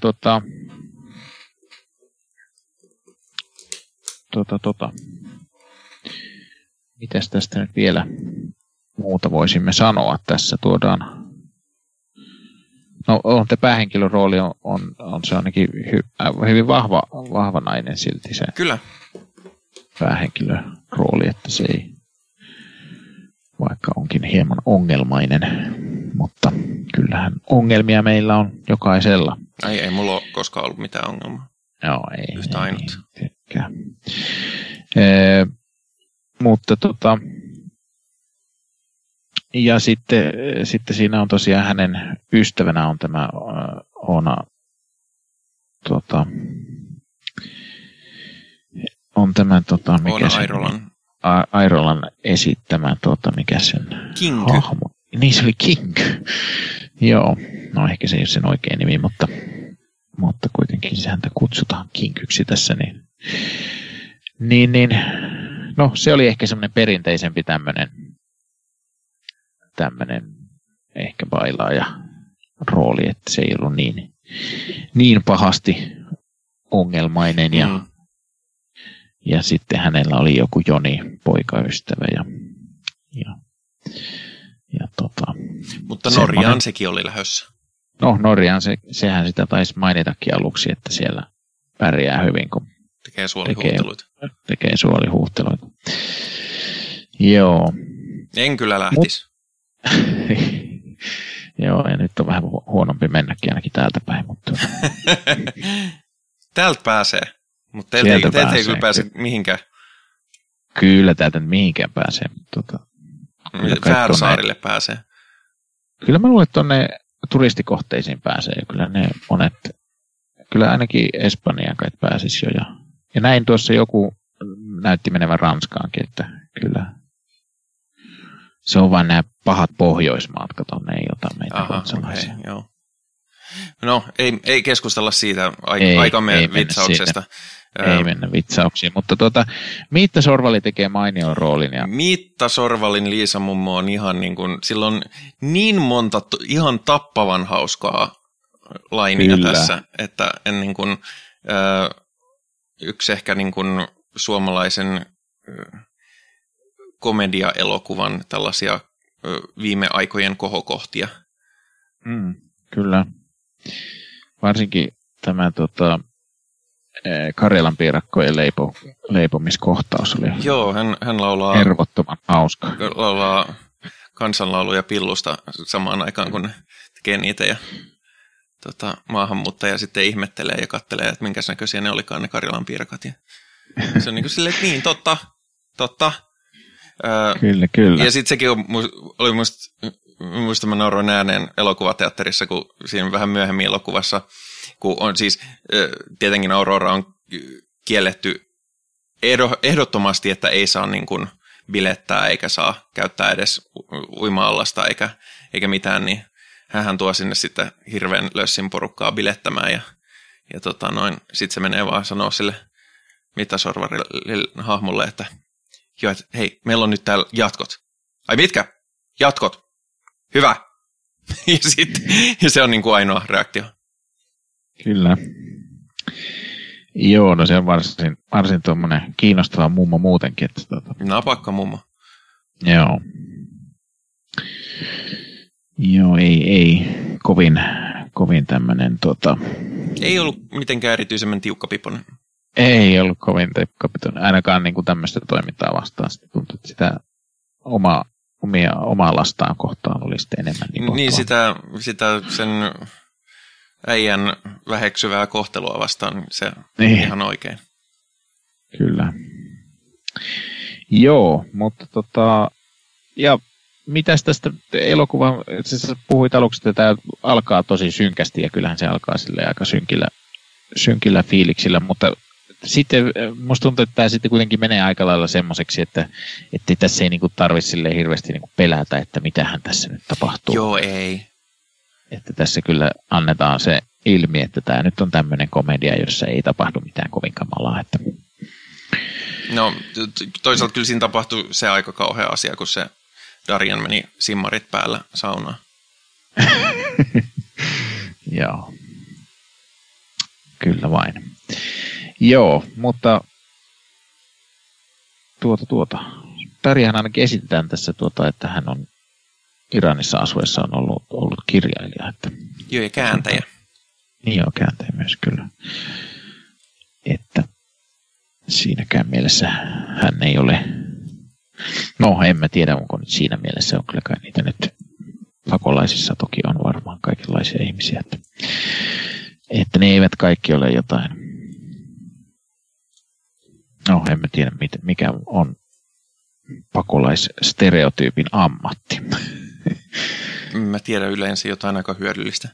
mitäs tästä nyt vielä muuta voisimme sanoa? Tässä tuodaan, no on te päähenkilön rooli on se ainakin hyvin vahva nainen silti se. Kyllä. Päähenkilön rooli, että se ei, vaikka onkin hieman ongelmainen, mutta kyllähän ongelmia meillä on jokaisella. Ei mulla ole koskaan ollut mitään ongelmaa. Joo, ei. Yhtä ainut. Mutta ja sitten siinä on tosiaan hänen ystävänä on tämä Oona on tämä mikä Oona sen Airolan esittämä mikä sen King. hahmo. Niin se oli King. Joo, no ehkä se ei ole sen oikea nimi, mutta kuitenkin se häntä kutsutaan Kingiksi tässä niin no se oli ehkä semmoinen perinteisempi tämmöinen ehkä bailaaja rooli, että se ei ollut niin pahasti ongelmainen ja sitten hänellä oli joku Joni poikaystävä mutta Norjaan sekin oli lähdössä. No Norjaan sehän sitä taisi mainitakin aluksi, että siellä pärjää hyvin, kun tekee suolihuhteluita. Tekee suolihuhteluita. Joo. En kyllä lähtisi. Joo, ja nyt on vähän huonompi mennäkin ainakin täältä päin. Mutta täältä pääsee, mutta teiltä ei kyllä pääse mihinkään. Kyllä täältä mihinkään pääsee. Färsaarille pääsee. Kyllä mä luulen, että tuonne turistikohteisiin pääsee. Kyllä ne monet, kyllä ainakin Espanjaan kai pääsisi jo. Ja näin tuossa joku näytti menevän Ranskaankin, että kyllä se on vain nämä pahat Pohjoismaat, kato, ne ei ota meitä ruotsalaisia. Okay, joo. No, ei keskustella siitä aikamme vitsauksesta. Ei mennä vitsauksiin, mutta Miitta Sorvali tekee mainion roolin. Ja Miitta Sorvalin Liisa mummo on ihan niin kuin, sillä on niin monta ihan tappavan hauskaa lainia kyllä tässä, että en niin kuin, yksi ehkä niin kuin suomalaisen komedia-elokuvan tällaisia viime aikojen kohokohtia. Kyllä. Varsinkin tämä Karjalan piirakkojen leipomiskohtaus oli. Joo, hän laulaa hervottoman hauska. Laulaa kansanlauluja pillusta samaan aikaan, kun tekee niitä ja maahanmuuttaja sitten ihmettelee ja kattelee, että minkäs näköisiä ne olikaan ne Karjalan piirakat. Ja se on niin kuin silleen, että niin, totta. Kyllä. Ja sitten sekin oli muista mä nauroin ääneen elokuvateatterissa, kun siinä vähän myöhemmin elokuvassa, kun on siis, tietenkin Aurora on kielletty ehdottomasti, että ei saa niin kuin bilettää eikä saa käyttää edes uima-allasta eikä mitään, niin hän tuo sinne sitten hirveän lössin porukkaa bilettämään ja sitten se menee vaan sanoa sille Miitta Sorvarille hahmolle, että joo, että hei, meillä on nyt täällä jatkot. Ai mitkä? Jatkot. Hyvä. ja se on niin kuin ainoa reaktio. Kyllä. Joo, no se on varsin tuommoinen kiinnostava mummo muutenkin. Että Napakka mummo. Joo. Joo, ei kovin tämmöinen Ei ollut mitenkään erityisemmän tiukkapiponen. Ei ollut kovin tiukkapiponen, ainakaan niin kuin tämmöistä toimintaa vastaan. Sitten tuntui, että sitä omaa lastaan kohtaan oli sitten enemmän. Niin sitä sen äijän väheksyvää kohtelua vastaan, se niin. Ihan oikein. Kyllä. Joo, mutta ja mitäs tästä elokuvan, sä puhuit aluksi, että tämä alkaa tosi synkästi ja kyllähän se alkaa silleen aika synkillä fiiliksillä, mutta sitten musta tuntuu, että tämä sitten kuitenkin menee aika lailla semmoiseksi, että tässä ei niinku tarvitse silleen hirveästi niinku pelätä, että mitähän tässä nyt tapahtuu. Joo, ei. Että tässä kyllä annetaan se ilmi, että tämä nyt on tämmöinen komedia, jossa ei tapahdu mitään kovin kamalaa. Että... No, toisaalta kyllä siinä tapahtui se aika kauhea asia, kun se Darian meni simmarit päällä saunaan. Joo. Kyllä vain. Joo, mutta Darian ainakin esitetään tässä, että hän on Iranissa asuessa on ollut kirjailija. Että, joo, ja kääntäjä. Niin joo, kääntäjä myös kyllä. Että siinäkään mielessä hän ei ole, no en mä tiedä, onko nyt siinä mielessä, on kylläkään niitä nyt pakolaisissa toki on varmaan kaikenlaisia ihmisiä, että ne eivät kaikki ole jotain. No, en mä tiedä, mikä on pakolaisstereotyypin ammatti. Mä tiedän yleensä jotain aika hyödyllistä.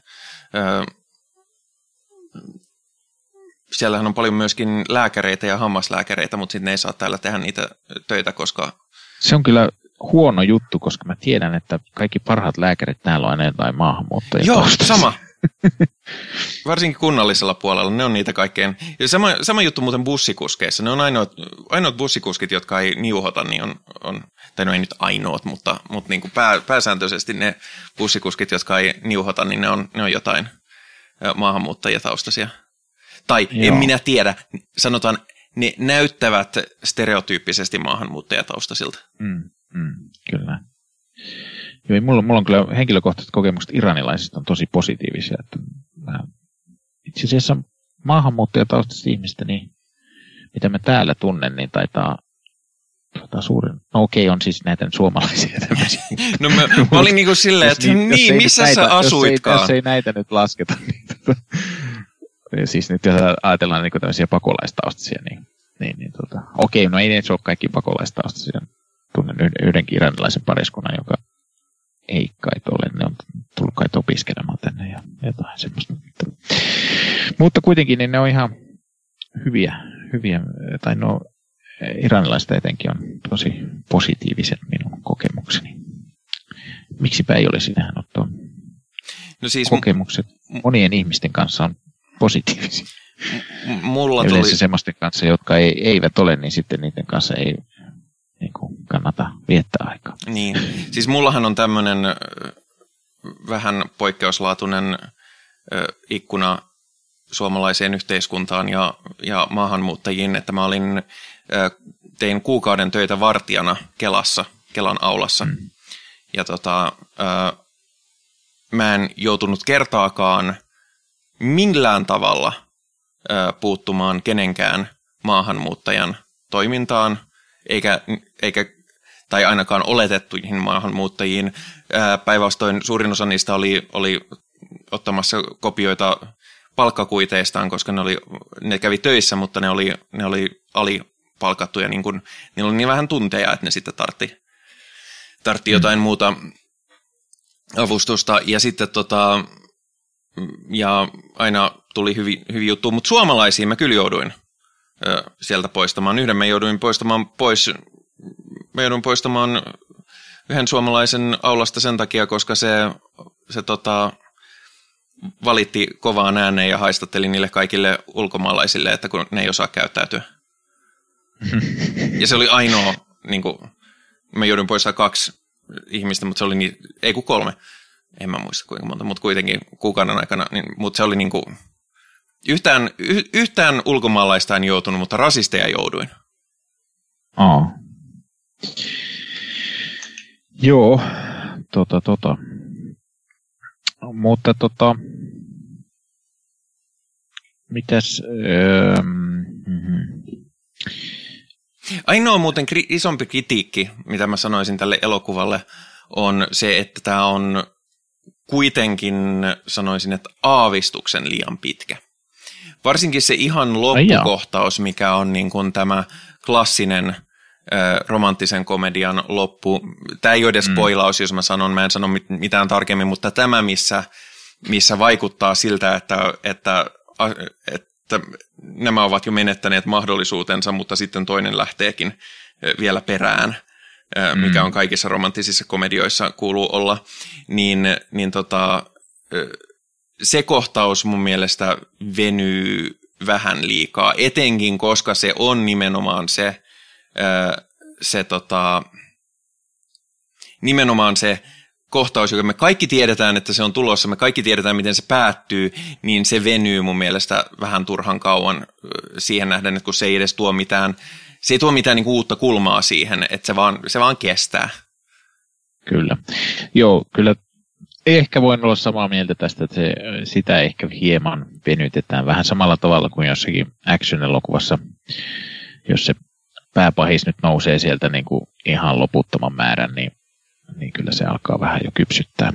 Siellähän on paljon myöskin lääkäreitä ja hammaslääkäreitä, mutta sitten ne ei saa täällä tehdä niitä töitä, koska... Se on kyllä huono juttu, koska mä tiedän, että kaikki parhaat lääkärit täällä on aina jotain maahanmuuttajia. Joo, sama. Varsinkin kunnallisella puolella, ne on niitä kaikkein... Ja sama juttu muuten bussikuskeissa. Ne on ainoat bussikuskit, jotka ei niuhota, niin on tai no ei nyt ainoat, mutta niin kuin pääsääntöisesti ne bussikuskit, jotka ei niuhota, niin ne on jotain maahanmuuttajataustaisia. Tai joo. En minä tiedä, sanotaan, ne näyttävät stereotyyppisesti maahanmuuttajataustasilta. Kyllä. Joo, mulla on kyllä henkilökohtaiset kokemukset iranilaisista on tosi positiivisia. Että itse asiassa maahanmuuttajataustaisista ihmistä, niin mitä mä täällä tunnen, niin taitaa suurin. No okei, on siis näitä suomalaisia tämmöisiä. No mä olin niin kuin silleen, että niin, missä näitä, sä asuitkaan? Jos ei näitä nyt lasketa, niin siis nyt jos ajatellaan niin tämmöisiä pakolaistaustaisia, niin okei, no ei ne ole kaikki pakolaistaustaisia. Tunnen yhdenkin iranilaisen pariskunnan, joka ei kai ole, ne on tullut kai opiskelemaan tänne ja jotain semmoista. Mutta kuitenkin niin ne on ihan hyviä, tai no iranilaiset etenkin on tosi positiiviset minun kokemukseni. Miksipä ei olisi nähnyt ottaa kokemukset monien ihmisten kanssa on positiivisia. Mulla yleensä tuli... semmoisten kanssa, jotka eivät ole, niin sitten niiden kanssa ei niin kuin kannata viettää aikaa. Niin, siis mullahan on tämmöinen vähän poikkeuslaatuinen ikkuna suomalaiseen yhteiskuntaan ja maahanmuuttajiin, että mä tein kuukauden töitä vartijana Kelan aulassa. Ja mä en joutunut kertaakaan millään tavalla puuttumaan kenenkään maahanmuuttajan toimintaan, eikä tai ainakaan oletettuihin maahanmuuttajiin. Päinvastoin suurin osa niistä oli ottamassa kopioita palkkakuiteistaan, koska ne kävi töissä, mutta ne oli alipalkattuja, niin kun, niillä oli niin vähän tunteja, että ne sitten tartti jotain muuta avustusta. Ja sitten ja aina tuli hyvin juttu, mutta suomalaisiin mä kyllä jouduin sieltä poistamaan. Yhden mä jouduin poistamaan pois. Mä joudun poistamaan yhden suomalaisen aulasta sen takia, koska se valitti kovaan ääneen ja haistatteli niille kaikille ulkomaalaisille, että kun ne ei osaa käyttäytyä. Ja se oli ainoa, niin kuin, mä joudun poistaa 2 ihmistä, mutta se oli ei kun 3. En mä muista kuinka monta, mutta kuitenkin kuukauden aikana, mutta se oli niinku, yhtään ulkomaalaista en joutunut, mutta rasisteja jouduin. Joo, mutta mitäs, Ainoa muuten isompi kritiikki, mitä mä sanoisin tälle elokuvalle, on se, että tämä on kuitenkin, sanoisin, että aavistuksen liian pitkä. Varsinkin se ihan loppukohtaus, mikä on niin kuin tämä klassinen romanttisen komedian loppu. Tämä ei ole edes spoilaus, jos mä en sano mitään tarkemmin, mutta tämä, missä vaikuttaa siltä, että nämä ovat jo menettäneet mahdollisuutensa, mutta sitten toinen lähteekin vielä perään, mikä on kaikissa romanttisissa komedioissa kuuluu olla, niin se kohtaus mun mielestä venyy vähän liikaa, etenkin koska se on nimenomaan nimenomaan se kohtaus, joka me kaikki tiedetään, että se on tulossa, me kaikki tiedetään, miten se päättyy, niin se venyy mun mielestä vähän turhan kauan siihen nähden, että kun se ei edes tuo mitään, se ei tuo mitään niin kuin uutta kulmaa siihen, että se vaan kestää. Kyllä. Joo, kyllä ehkä voin olla samaa mieltä tästä, että sitä ehkä hieman venytetään vähän samalla tavalla kuin jossakin action-elokuvassa, jos se pääpahis nyt nousee sieltä niin kuin ihan loputtoman määrän, niin kyllä se alkaa vähän jo kypsyttää.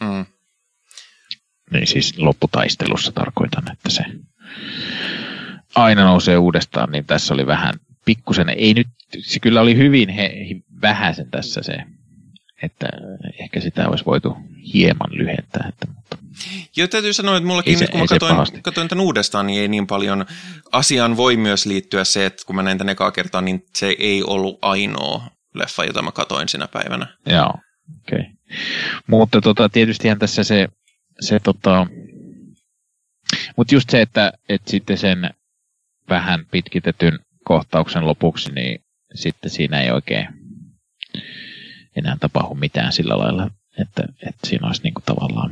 Niin siis lopputaistelussa tarkoitan, että se aina nousee uudestaan, niin tässä oli vähän pikkusen, ei nyt, se kyllä oli hyvin vähäisen tässä se, että ehkä sitä olisi voitu hieman lyhentää. Mutta joo, täytyy sanoa, että mullakin nyt kun mä katsoin tämän uudestaan, niin ei niin paljon. Asiaan voi myös liittyä se, että kun mä näin tämän ekaa kertaa, niin se ei ollut ainoa leffa, jota mä katoin sinä päivänä. Joo, okei. Okay. Mutta tietystihän tässä mutta just se, että sitten sen vähän pitkitetyn kohtauksen lopuksi, niin sitten siinä ei oikein enää tapahdu mitään sillä lailla, että siinä olisi niinku tavallaan,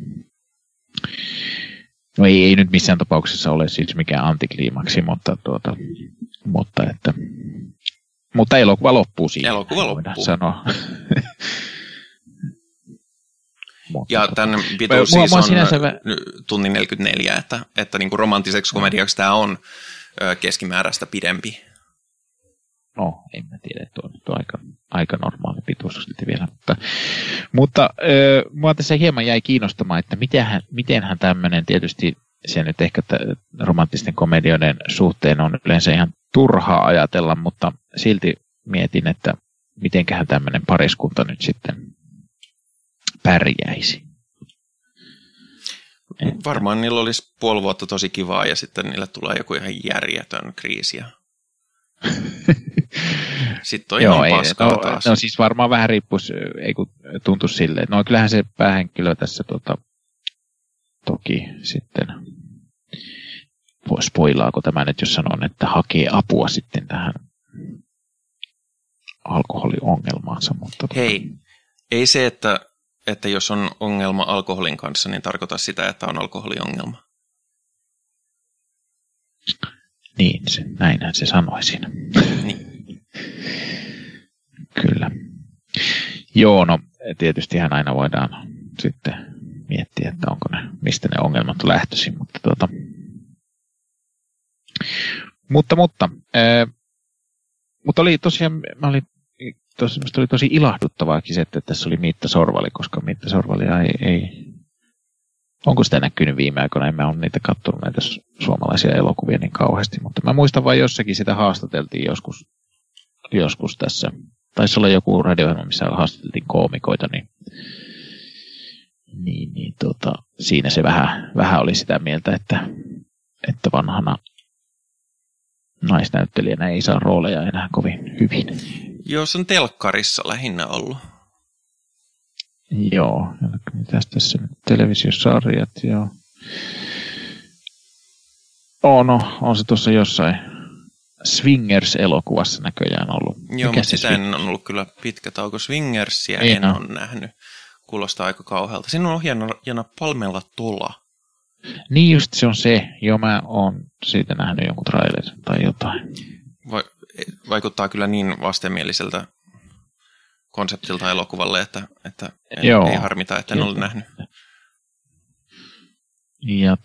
no ei nyt missään tapauksessa ole siis mikään antikliimaksi, mutta elokuva loppuu siihen. Elokuva loppuu. Sanoa. Ja tämän pituus siis on tunnin 44, että niin kuin romanttiseksi komediaksi tämä on keskimääräistä pidempi. No, en mä tiedä, että on aika normaali pituus silti vielä. Mutta mua tässä hieman jäi kiinnostamaan, että mitenhän tämmöinen, tietysti se nyt ehkä romanttisten komedioiden suhteen on yleensä ihan turhaa ajatella, mutta silti mietin, että mitenköhän tämmöinen pariskunta nyt sitten pärjäisi. Varmaan niillä olisi puoli vuotta tosi kivaa ja sitten niille tulee joku ihan järjetön kriisi. Sitten on ihan paskaa taas. No siis varmaan vähän riippuisi, ei kun tuntuisi silleen. No kyllähän se päähenkilö tässä toki sitten, spoilaako tämä nyt, jos sanon, että hakee apua sitten tähän alkoholiongelmaansa. Mutta hei, ei se, että jos on ongelma alkoholin kanssa, niin tarkoita sitä, että on alkoholiongelma. Niin, näinhän se sanoi siinä. Niin. Kyllä. Joo, no tietystihän aina voidaan sitten miettiä, että onko mistä ne ongelmat on lähtöisin, mutta oli tosiaan, minusta oli tosi ilahduttavaakin se, että tässä oli Miitta Sorvali, koska Miitta Sorvalia ei onko sitä näkynyt viime aikoina, en mä ole niitä katsonut näitä suomalaisia elokuvia niin kauheasti, mutta mä muistan vain jossakin sitä haastateltiin joskus tässä. Taisi olla joku radio-ohjelma, missä haastateltiin koomikoita, niin siinä se vähän oli sitä mieltä, että vanhana naisnäyttelijänä ei saa rooleja enää kovin hyvin. Joo, se on telkkarissa lähinnä ollut. Joo, mitäs tässä nyt televisiosarjat, joo. On se tuossa jossain Swingers-elokuvassa näköjään ollut. Joo, mutta sitä ennen on ollut kyllä pitkä tauko. Swingersia en ole nähnyt. kuulostaa aika kauhealta. Siinä on ohjaajana Pamela Tola. Niin just se on se. Joo, mä oon siitä nähnyt jonkun trailerin tai jotain. Vaikuttaa kyllä niin vastenmieliseltä konseptilta elokuvalle, että ei harmita, että en ole nähnyt. Ja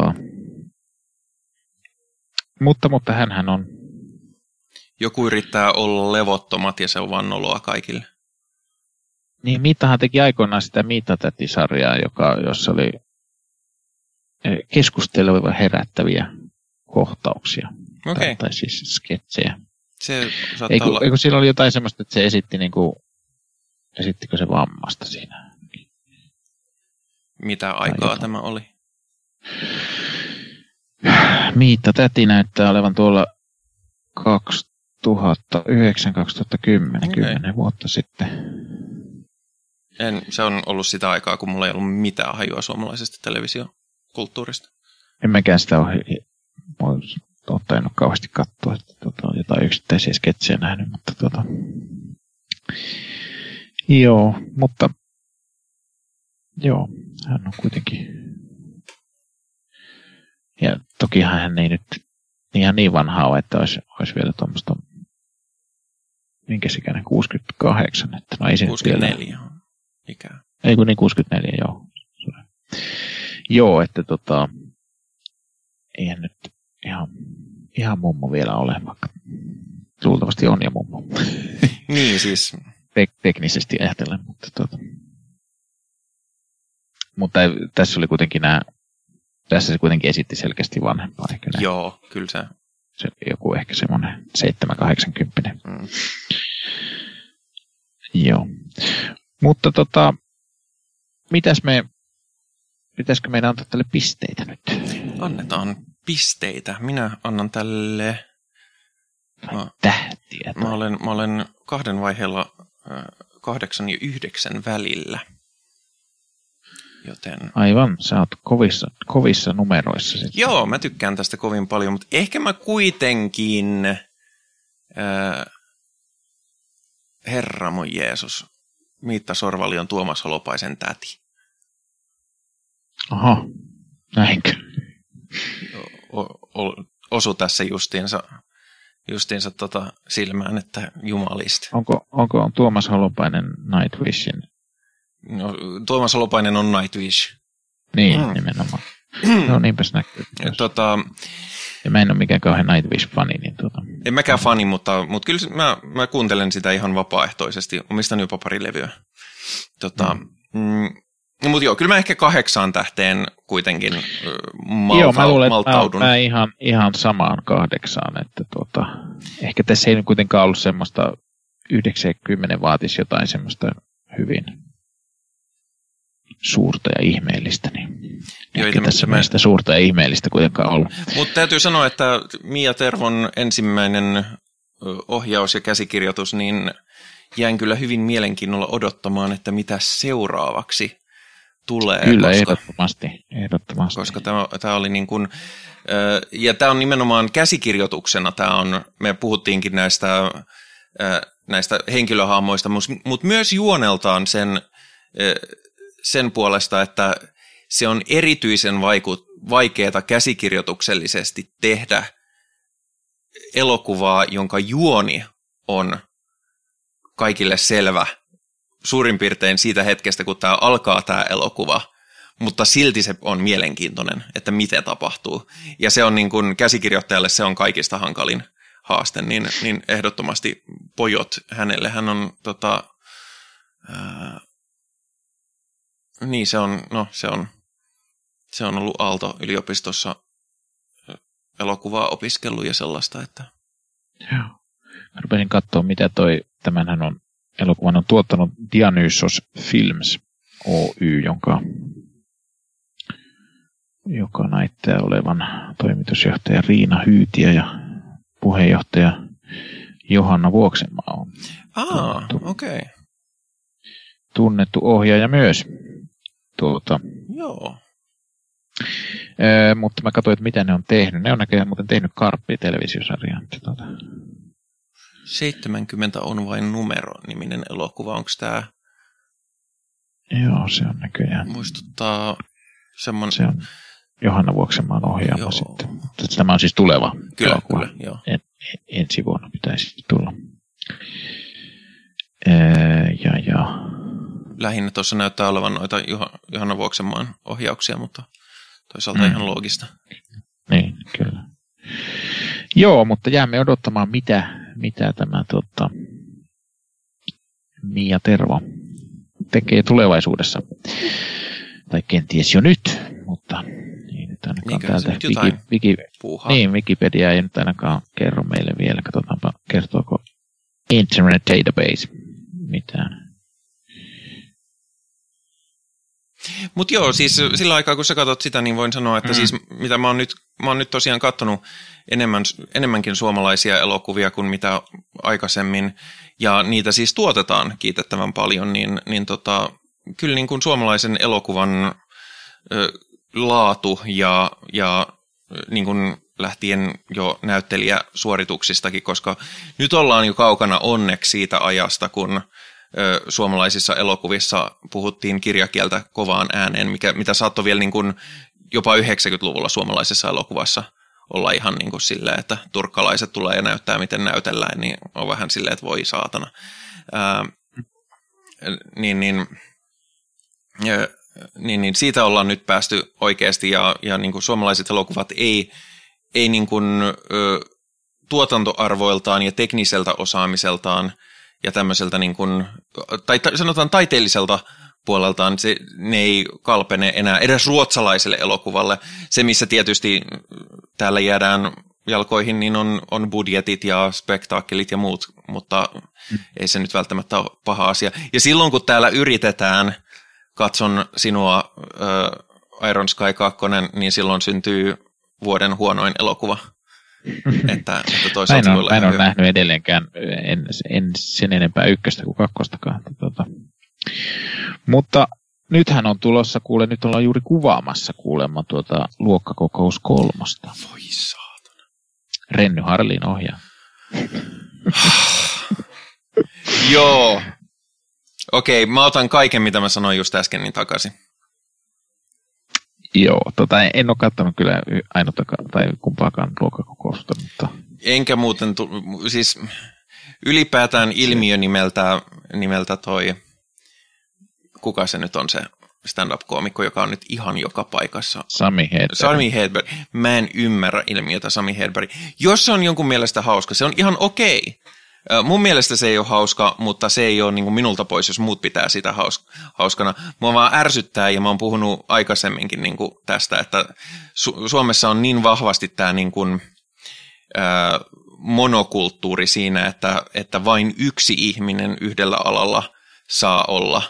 mutta hänhän on... Joku yrittää olla levottomat ja se on vaan noloa kaikille. Niin, Miitahan teki aikoinaan sitä Miita-täti-sarjaa, jossa oli keskustelua herättäviä kohtauksia. Okay. Tai siis sketsejä. Se saattaa olla... Eikö siinä oli jotain semmoista, että se esitti esittikö se vammasta siinä? Mitä aikaa tämä oli? Miita-täti näyttää olevan tuolla 2009-2010, okay. 10 vuotta sitten. Se on ollut sitä aikaa, kun mulla ei ollut mitään hajua suomalaisesta televisiokulttuurista. En mäkään sitä ole ottanut kauheasti katsoa, että jotain yksittäisiä sketsejä nähnyt, mutta joo, hän on kuitenkin, ja tokihan hän ei nyt ihan niin vanhaa ole, että olisi vielä tuommoista, minkä sikäinen 68, että no ei se 64 on ikää. Ei kun niin 64, joo. Joo, että eihän nyt ihan mummo vielä ole, vaikka luultavasti on ja mummo. Niin siis. Teknisesti ajatellen, mutta tässä oli kuitenkin tässä se kuitenkin esitti selkeästi vanhempaa. Joo, kyllä se. Se joku ehkä semmoinen 7-80. Joo. Mutta pitäisikö meidän antaa tälle pisteitä nyt? Annetaan pisteitä. Minä annan tälle... Tähtiä. Mä olen 2 vaiheella 8 ja 9 välillä. Joten... Aivan, sä oot kovissa numeroissa. Sitten. Joo, mä tykkään tästä kovin paljon, mutta ehkä mä kuitenkin... Herra mun Jeesus. Miitta Sorvali on Tuomas Holopaisen täti. Aha, näinkö? Osu tässä justiinsa silmään, että jumalista. Onko Tuomas Holopainen Nightwishin? No, Tuomas Holopainen on Nightwish. Niin, nimenomaan. No niinpäs näkyy. Ja mä en ole mikään kauhean Nightwish-fani. Niin En mäkään fani, mutta kyllä mä kuuntelen sitä ihan vapaaehtoisesti. Omistan jopa pari levyä. Mutta joo, kyllä mä ehkä 8 tähteen kuitenkin joo, mä luulen, että mä ihan samaan 8. Että ehkä tässä ei kuitenkaan ollut semmoista 90 vaatisi jotain semmoista hyvin suurta ja ihmeellistä, niin ehkä tässä meistä suurta ja ihmeellistä kuitenkaan ollut. Mutta täytyy sanoa, että Mia Tervon ensimmäinen ohjaus ja käsikirjoitus, niin jäin kyllä hyvin mielenkiinnolla odottamaan, että mitä seuraavaksi tulee. Kyllä, ehdottomasti. Koska tämä oli niin kuin, ja tämä on nimenomaan käsikirjoituksena, me puhuttiinkin näistä henkilöhahmoista, mutta myös juoneltaan sen puolesta, että se on erityisen vaikeaa käsikirjoituksellisesti tehdä elokuvaa, jonka juoni on kaikille selvä suurin piirtein siitä hetkestä, kun tämä alkaa tämä elokuva, mutta silti se on mielenkiintoinen, että mitä tapahtuu. Ja se on niin kuin käsikirjoittajalle se on kaikista hankalin haaste, niin ehdottomasti pojot hänelle. Hän on niin se on ollut Aalto-yliopistossa elokuvaa opiskellut ja sellaista, että... Joo. Mä rupesin katsoa, mitä tämänhän on elokuvan on tuottanut Dionysos Films Oy, joka näyttää olevan toimitusjohtaja Riina Hyytiä ja puheenjohtaja Johanna Vuoksenmaa on okei. Tunnettu ohjaaja myös. Joo. Mutta mä katsoin, että mitä ne on tehnyt. Ne on näköjään muuten tehnyt Karppi-televisiosarjan. 70 on vain numero-niminen elokuva. Onko tämä... Joo, se on näköjään. Muistuttaa semmoinen... Se on Johanna Vuoksenmaan ohjaama sitten. Tämä on siis tuleva elokuva. Kyllä, joo. Ensi vuonna pitäisi tulla. Lähinnä tuossa näyttää olevan noita Johanna Vuoksenmaan ohjauksia, mutta toisaalta ihan loogista. Niin, kyllä. Joo, mutta jäämme odottamaan, mitä tämä Mia Tervo tekee tulevaisuudessa. Tai kenties jo nyt, mutta ei nyt ainakaan täältä Wikipedia ei nyt ainakaan kerro meille vielä. Katsotaanpa, kertooko Internet Database mitään. Mutta joo, siis sillä aikaa kun sä katsot sitä, niin voin sanoa, että siis mitä mä oon nyt tosiaan katsonut enemmänkin suomalaisia elokuvia kuin mitä aikaisemmin, ja niitä siis tuotetaan kiitettävän paljon, niin kyllä niin kuin suomalaisen elokuvan laatu ja niin kuin lähtien jo näyttelijäsuorituksistakin, koska nyt ollaan jo kaukana onneksi siitä ajasta, kun suomalaisissa elokuvissa puhuttiin kirjakieltä kovaan ääneen, mitä saattoi vielä niin kuin jopa 90-luvulla suomalaisessa elokuvassa olla ihan niin kuin silleen, että turkkalaiset tulee ja näyttää, miten näytellään, niin on vähän silleen, että voi saatana. Niin siitä ollaan nyt päästy oikeasti, ja niin kuin suomalaiset elokuvat ei niin kuin, tuotantoarvoiltaan ja tekniseltä osaamiseltaan ja tämmöiseltä niin kuin, tai sanotaan taiteelliselta puoleltaan, ne ei kalpene enää edes ruotsalaiselle elokuvalle. Se, missä tietysti täällä jäädään jalkoihin, niin on budjetit ja spektaakkelit ja muut, mutta ei se nyt välttämättä ole paha asia. Ja silloin, kun täällä yritetään, katson sinua, Iron Sky 2, niin silloin syntyy vuoden huonoin elokuva. Että toisaalta mä en ole nähnyt edelleenkään, en sen enempää ykköstä kuin kakkostakaan. Mutta nythän on tulossa, nyt ollaan juuri kuvaamassa kuulemma Luokkakokous 3. Voi saatana. Renny Harlin ohjaa. Joo. Okei, mä otan kaiken, mitä mä sanoin just äsken, niin takaisin. Joo, en ole katsonut kyllä ainoatakaan tai kumpaakaan Luokkakokousta, mutta... Enkä muuten, siis ylipäätään ilmiö nimeltä toi, kuka se nyt on se stand-up-koomikko, joka on nyt ihan joka paikassa. Sami Hedberg. Mä en ymmärrä ilmiötä Sami Hedberg. Jos se on jonkun mielestä hauska, se on ihan okei. Mun mielestä se ei ole hauska, mutta se ei ole niin kuin minulta pois, jos muut pitää sitä hauskana. Mua vaan ärsyttää, ja mä oon puhunut aikaisemminkin niin kuin tästä, että Suomessa on niin vahvasti tämä niin kuin, monokulttuuri siinä, että vain yksi ihminen yhdellä alalla saa olla.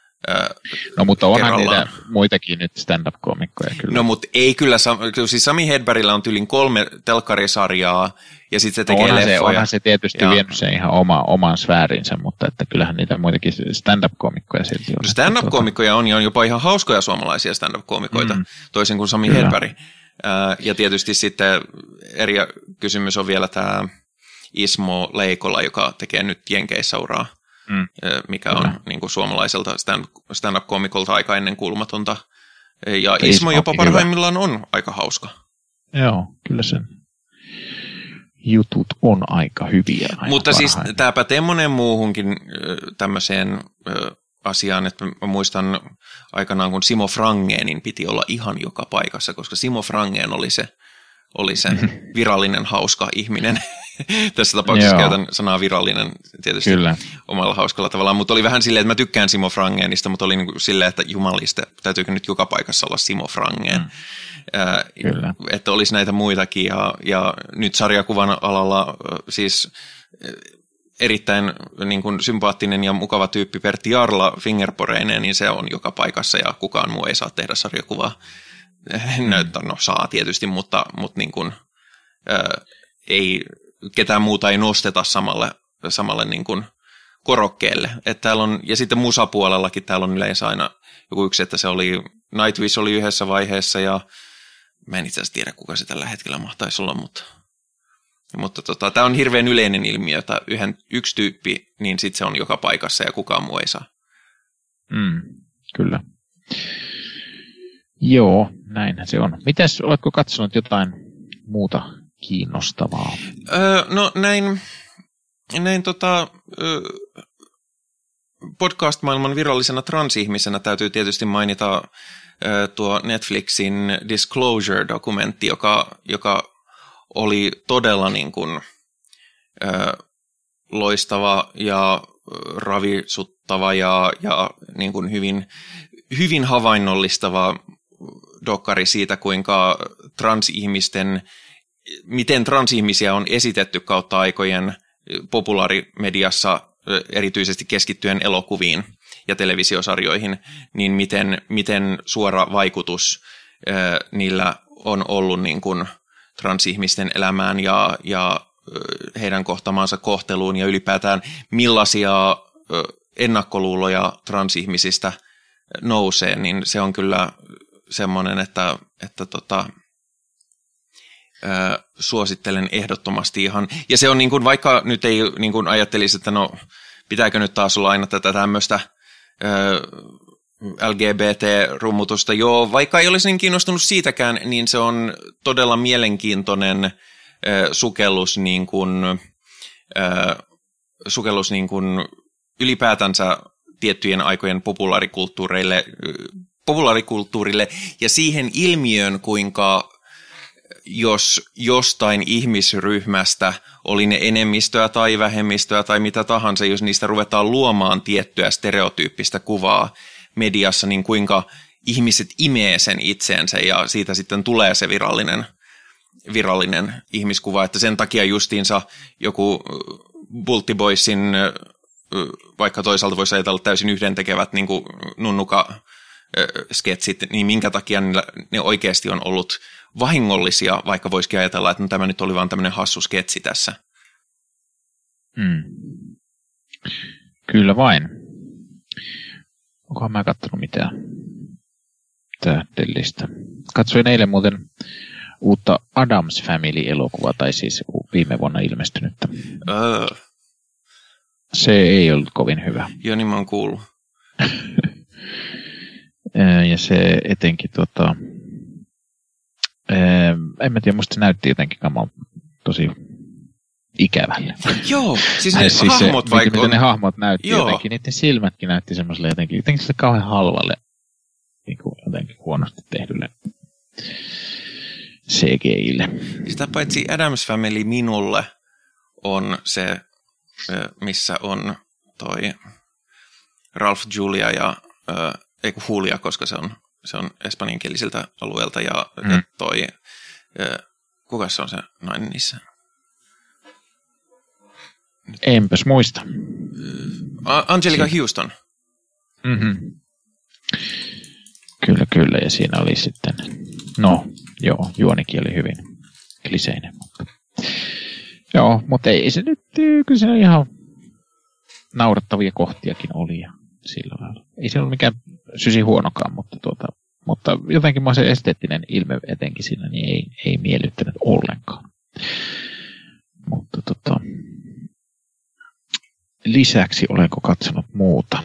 No mutta onhan niitä muitakin nyt stand-up-koomikkoja kyllä. No mutta ei kyllä, siis Sami Hedbergillä on tyylin 3 telkkarisarjaa, ja sitten se tekee leffoja. Onhan se tietysti vienyt sen ihan oman sfäärinsä, mutta että kyllähän niitä muitakin stand-up-koomikkoja silti on. No stand-up-koomikkoja on, ja on jopa ihan hauskoja suomalaisia stand-up-koomikoita, toisin kuin Sami Hedberg. Ja tietysti sitten eri kysymys on vielä tämä Ismo Leikola, joka tekee nyt Jenkeissä uraa. Mikä on niin kuin suomalaiselta stand-up-koomikolta aika ennenkuulumatonta. Ja Ismo jopa parhaimmillaan on aika hauska. Joo, kyllä sen jutut on aika hyviä. Mutta siis tämä pätee monen muuhunkin tämmöiseen asiaan, että mä muistan aikanaan, kun Simo Frangénin piti olla ihan joka paikassa, koska Simo Frangén oli se virallinen hauska ihminen. Tässä tapauksessa käytän sanaa virallinen tietysti kyllä omalla hauskalla tavallaan, mutta oli vähän silleen, että mä tykkään Simo Frangénista, mutta oli niin kuin silleen, että jumaliste, täytyykö nyt joka paikassa olla Simo Frangén. Että olisi näitä muitakin, ja nyt sarjakuvan alalla siis erittäin niin kuin sympaattinen ja mukava tyyppi Pertti Jarla fingerporeineen, niin se on joka paikassa, ja kukaan muu ei saa tehdä sarjakuvaa. No saa tietysti, mutta niin kuin, ei, ketään muuta ei nosteta samalle niin kuin korokkeelle. Että täällä on, ja sitten musapuolellakin täällä on yleensä aina joku yksi, että se oli, Nightwish oli yhdessä vaiheessa, ja mä en itse asiassa tiedä, kuka se tällä hetkellä mahtaisi olla, mutta tämä on hirveän yleinen ilmiö, että yksi tyyppi, niin sitten se on joka paikassa ja kukaan muu ei saa. Kyllä. Joo, näinhän se on. Mitäs, oletko katsonut jotain muuta kiinnostavaa? No näin podcast-maailman virallisena transihmisenä täytyy tietysti mainita tuo Netflixin Disclosure-dokumentti, joka oli todella niin kuin, loistava ja ravisuttava ja niin kuin hyvin havainnollistava dokkari siitä, kuinka miten transihmisiä on esitetty kautta aikojen populaarimediassa, erityisesti keskittyen elokuviin ja televisiosarjoihin, niin miten suora vaikutus niillä on ollut niin kuin transihmisten elämään ja heidän kohtamaansa kohteluun ja ylipäätään millaisia ennakkoluuloja transihmisistä nousee, niin se on kyllä semmoinen, että suosittelen ehdottomasti ihan. Ja se on niin kuin, vaikka nyt ei niin kuin ajattelisi, että no pitääkö nyt taas olla aina tätä tämmöistä LGBT-rummutusta. Joo, vaikka ei olisi niin kiinnostunut siitäkään, niin se on todella mielenkiintoinen sukellus niin kuin ylipäätänsä tiettyjen aikojen populaarikulttuurille ja siihen ilmiöön, kuinka jos jostain ihmisryhmästä, oli ne enemmistöä tai vähemmistöä tai mitä tahansa, jos niistä ruvetaan luomaan tiettyä stereotyyppistä kuvaa mediassa, niin kuinka ihmiset imee sen itseensä ja siitä sitten tulee se virallinen ihmiskuva, että sen takia justiinsa joku Bulty Boysin, vaikka toisaalta voisi ajatella täysin yhdentekevät niin kuin nunnuka-sketsit, niin minkä takia ne oikeasti on ollut vahingollisia, vaikka voisikin ajatella, että no, tämä nyt oli vaan tämmöinen hassu sketsi tässä. Kyllä vain. Onkohan mä katsonut mitään tähdellistä? Katsoin eilen muuten uutta Addams Family-elokuvaa, tai siis viime vuonna ilmestynyttä. Se ei ollut kovin hyvä. Joo, niin mä oon kuullut. Ja se etenkin en mä tiedä, musta se näytti jotenkin tosi ikävälle. Joo, siis ne hahmot se, vaikka miten ne hahmot näytti jotenkin, niiden silmätkin näytti semmoiselle jotenkin se kauhean halvalle, niin kuin jotenkin huonosti tehdylle CGIlle. Sitä paitsi Addams Family minulle on se, missä on toi Ralph Julia ja Julia, koska se on espanjankielisiltä alueelta ja toi, kuka se on se nainen niissä? Enpäs muista. Angelica Houston. Mm-hmm. Kyllä, ja siinä oli sitten, juonikin oli hyvin kliseinen. Mutta ei se nyt, kyllä se ihan naurattavia kohtiakin oli ja sillä lailla. Ei se ollut mikään sysi huonokaan, mutta jotenkin mä se esteettinen ilme etenkin siinä niin ei miellyttänyt ollenkaan. Mutta lisäksi olenko katsonut muuta?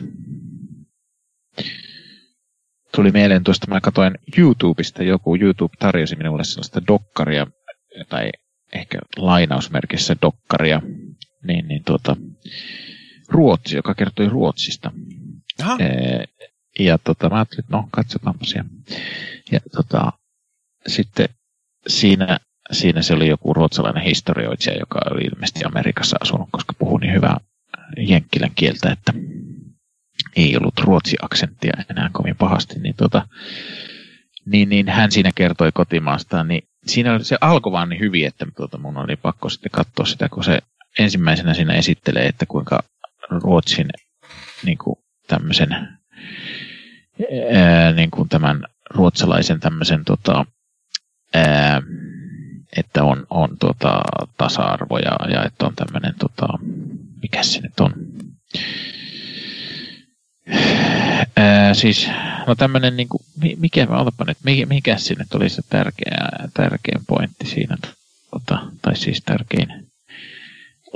Tuli mieleen tuosta, mä katsoin YouTubesta, YouTube tarjosi minulle sellaista dokkaria, tai ehkä lainausmerkissä dokkaria, Ruotsi, joka kertoi Ruotsista. Ja mä ajattelin, että katsotaanpa siellä. Ja sitten siinä se oli joku ruotsalainen historioitsija, joka oli ilmeisesti Amerikassa asunut, koska puhui niin hyvää jenkkilän kieltä, että ei ollut ruotsi-aksenttia enää kovin pahasti. Niin hän siinä kertoi kotimaastaan. Niin siinä se alkoi vaan niin hyvin, että mun oli pakko sitten katsoa sitä, kun se ensimmäisenä siinä esittelee, että kuinka Ruotsin niin kuin tämmöisen niin kuin tämän ruotsalaisen tämmöisen että on tasa-arvo ja että on tämmöinen mikä se nyt on? Siis tämmöinen niinku mikä se nyt oli se tärkein pointti siinä tai siis tärkein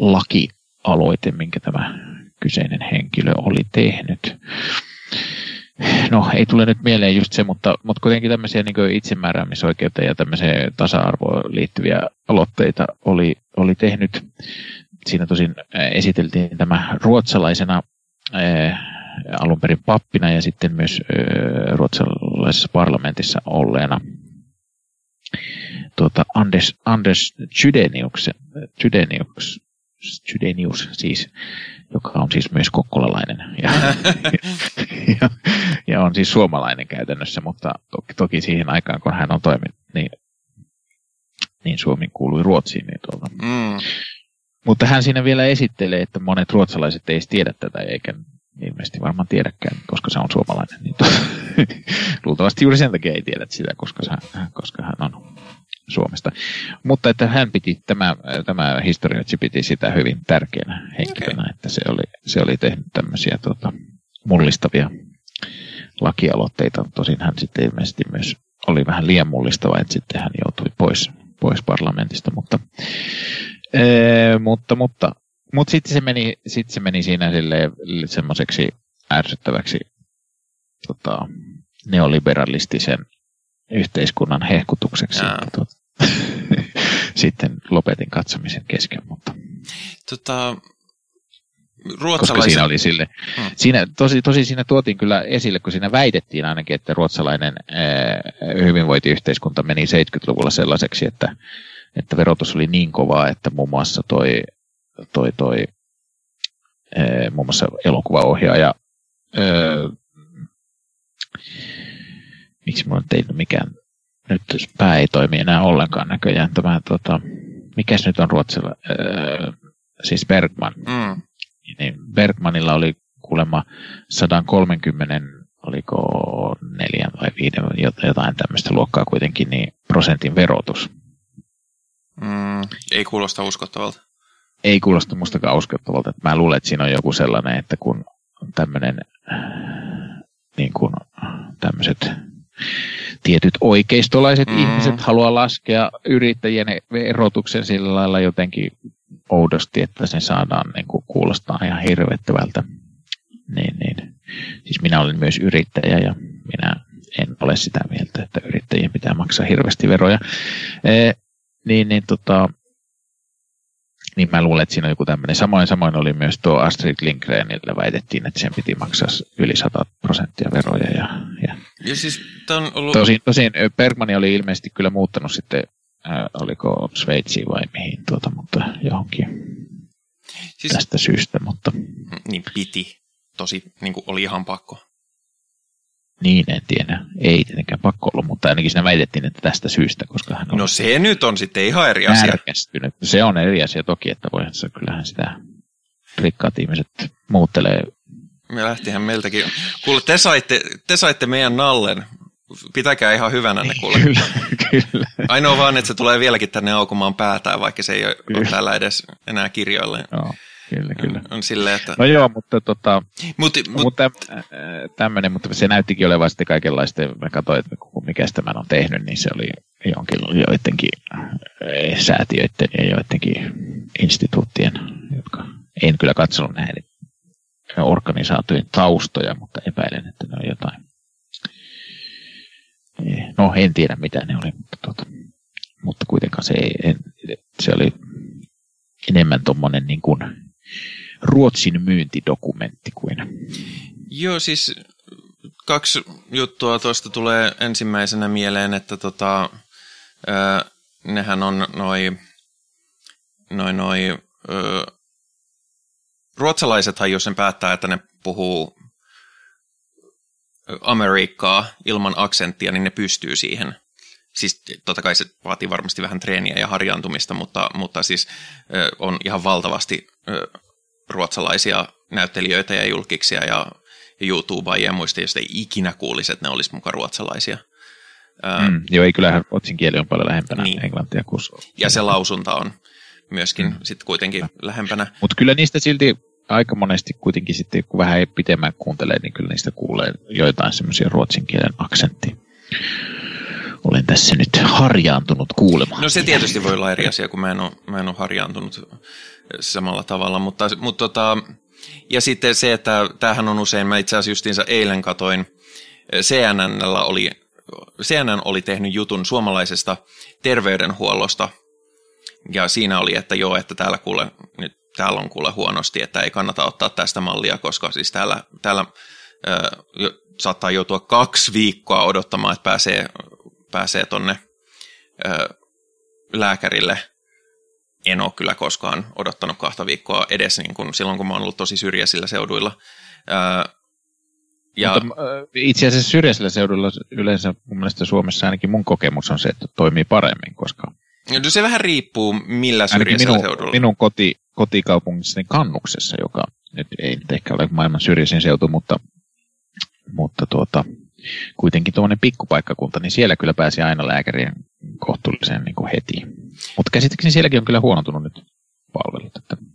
lakialoite, minkä tämä kyseinen henkilö oli tehnyt. No, ei tule nyt mieleen just se, mutta kuitenkin tämmöisiä niin itsemääräämisoikeuteen ja tämmöiseen tasa-arvoon liittyviä aloitteita oli tehnyt. Siinä tosin esiteltiin tämä ruotsalaisena alun perin pappina ja sitten myös ruotsalaisessa parlamentissa olleena Anders Chydenius siis, joka on siis myös kokkolalainen ja on siis suomalainen käytännössä, mutta toki siihen aikaan, kun hän on toiminut, niin Suomi kuului Ruotsiin. Niin Mutta hän siinä vielä esittelee, että monet ruotsalaiset ei tiedä tätä, eikä ilmeisesti varmaan tiedäkään, koska se on suomalainen. Niin luultavasti juuri sen takia ei tiedä sitä, koska hän on Suomesta. Mutta että hän piti, tämä historioitsija piti sitä hyvin tärkeänä henkilönä, että se oli tehnyt tämmöisiä mullistavia lakialoitteita. Tosin hän sitten ilmeisesti myös oli vähän liian mullistava, että sitten hän joutui pois parlamentista, mutta sitten se meni siinä semmoiseksi ärsyttäväksi neoliberalistisen yhteiskunnan hehkutukseksi. Sitten lopetin katsomisen kesken, mutta koska siinä oli siinä tosi siinä tuotiin kyllä esille, kun siinä väitettiin ainakin, että ruotsalainen hyvinvointiyhteiskunta meni 70-luvulla sellaiseksi, että verotus oli niin kovaa, että muun muassa muun muassa elokuvaohjaaja miksi mulla ei mikään nyt pää ei toimi enää ollenkaan näköjään tämä mikäs nyt on Ruotsilla siis Bergman. Niin Bergmanilla oli kuulemma 130 oliko 4 vai 5 jotain tämmöistä luokkaa kuitenkin niin prosentin verotus. Ei kuulosta uskottavalta. Ei kuulosta mustakaan uskottavalta. Mä luulen, että siinä on joku sellainen, että kun tämmöinen niin kuin tämmöiset tietyt oikeistolaiset ihmiset haluaa laskea yrittäjien verotuksen sillä lailla jotenkin oudosti, että se saadaan niin kuin kuulostaa ihan hirvettävältä. Niin. Siis minä olen myös yrittäjä ja minä en ole sitä mieltä, että yrittäjien pitää maksaa hirveästi veroja. Niin mä luulen, että siinä on joku tämmöinen. Samoin oli myös tuo Astrid Lindgrenillä väitettiin, että sen piti maksaa yli 100% veroja. Ja siis on ollut... Tosin Bergman oli ilmeisesti kyllä muuttanut sitten, oliko Sveitsiin vai mihin, mutta johonkin siis... tästä syystä. Mutta... Niin piti. Tosi niin kuin oli ihan pakko. Niin, en tiedä. Ei tietenkään pakko ollut, mutta ainakin siinä väitettiin, että tästä syystä, koska hän on... No se nyt on sitten ihan eri asia. Närkästynyt. Se on eri asia toki, että kyllähän sitä rikkaat ihmiset muuttelee. Me lähtihän meiltäkin. Kuule, te saitte meidän nallen. Pitäkää ihan hyvänä ne kuule. Kyllä. Ainoa vaan, että se tulee vieläkin tänne aukumaan päätään, vaikka se ei ole täällä edes enää kirjoille. Joo. Kyllä. On silleen, että... No joo, mutta tämmöinen, mutta se näyttikin olevan sitten kaikenlaista. Mä katsoin, että mikä tämän on tehnyt, niin se oli joidenkin säätiöiden ja joidenkin instituuttien, jotka en kyllä katsonut näiden organisaatioiden taustoja, mutta epäilen, että ne on jotain. No, en tiedä mitä ne oli, mutta kuitenkaan se oli enemmän tommonen niin kuin Ruotsin myyntidokumentti kuin. Joo, siis 2 juttua tuosta tulee ensimmäisenä mieleen, että nehän on ruotsalaisethan, jos sen päättää, että ne puhuu Amerikkaa ilman aksenttia, niin ne pystyy siihen. Siis totta kai se vaatii varmasti vähän treeniä ja harjaantumista, mutta siis on ihan valtavasti ruotsalaisia näyttelijöitä ja julkiksia ja YouTubea ja muista, jos ei ikinä kuulisi, että ne olisi muka ruotsalaisia. Joo, ei kyllähän ruotsin kieli on paljon lähempänä englantia kuin... Ja se lausunta on myöskin sitten kuitenkin lähempänä. Mutta kyllä niistä silti aika monesti kuitenkin sitten, kun vähän pitemmän kuuntelee, niin kyllä niistä kuulee joitain semmoisia ruotsin kielen aksenttia. Olen tässä nyt harjaantunut kuulemaan. No se tietysti voi olla eri asia, kun mä en ole harjaantunut samalla tavalla, mutta ja sitten se, että tämähän on usein, mä itse asiassa justiinsa eilen katoin CNN oli tehnyt jutun suomalaisesta terveydenhuollosta, ja siinä oli, että joo, että täällä on kuule huonosti, että ei kannata ottaa tästä mallia, koska siis täällä saattaa joutua 2 viikkoa odottamaan, että pääsee tonne lääkärille. En ole kyllä koskaan odottanut 2 viikkoa edes niin kuin silloin, kun mä oon ollut tosi syrjäisillä seuduilla. Mutta itse asiassa syrjäisillä seuduilla yleensä mun mielestä Suomessa ainakin mun kokemus on se, että toimii paremmin, koska... No se vähän riippuu millä syrjäisellä seudulla. Minun kotikaupungissani Kannuksessa, joka nyt ei nyt ehkä ole maailman syrjäisin seutu, mutta kuitenkin tuommoinen pikkupaikkakunta, niin siellä kyllä pääsi aina lääkäriin kohtuullisen niin kuin heti. Mutta käsittääkseni sielläkin on kyllä huonontunut nyt palvelut,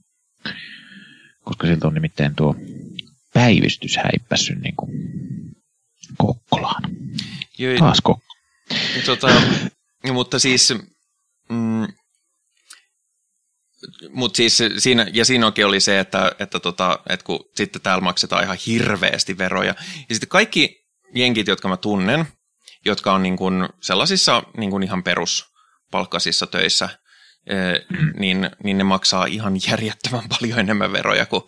koska siltä on nimittäin tuo päivystys häippässyt niin kuin Kokkolaan. Taas Kokkola. Mutta siis... Mutta siis siinä onkin oli se, että kun sitten täällä maksetaan ihan hirveästi veroja. Ja sitten kaikki jenkit, jotka mä tunnen, jotka on niin kuin sellaisissa niin kuin ihan peruspalkkaisissa töissä, niin ne maksaa ihan järjettömän paljon enemmän veroja kuin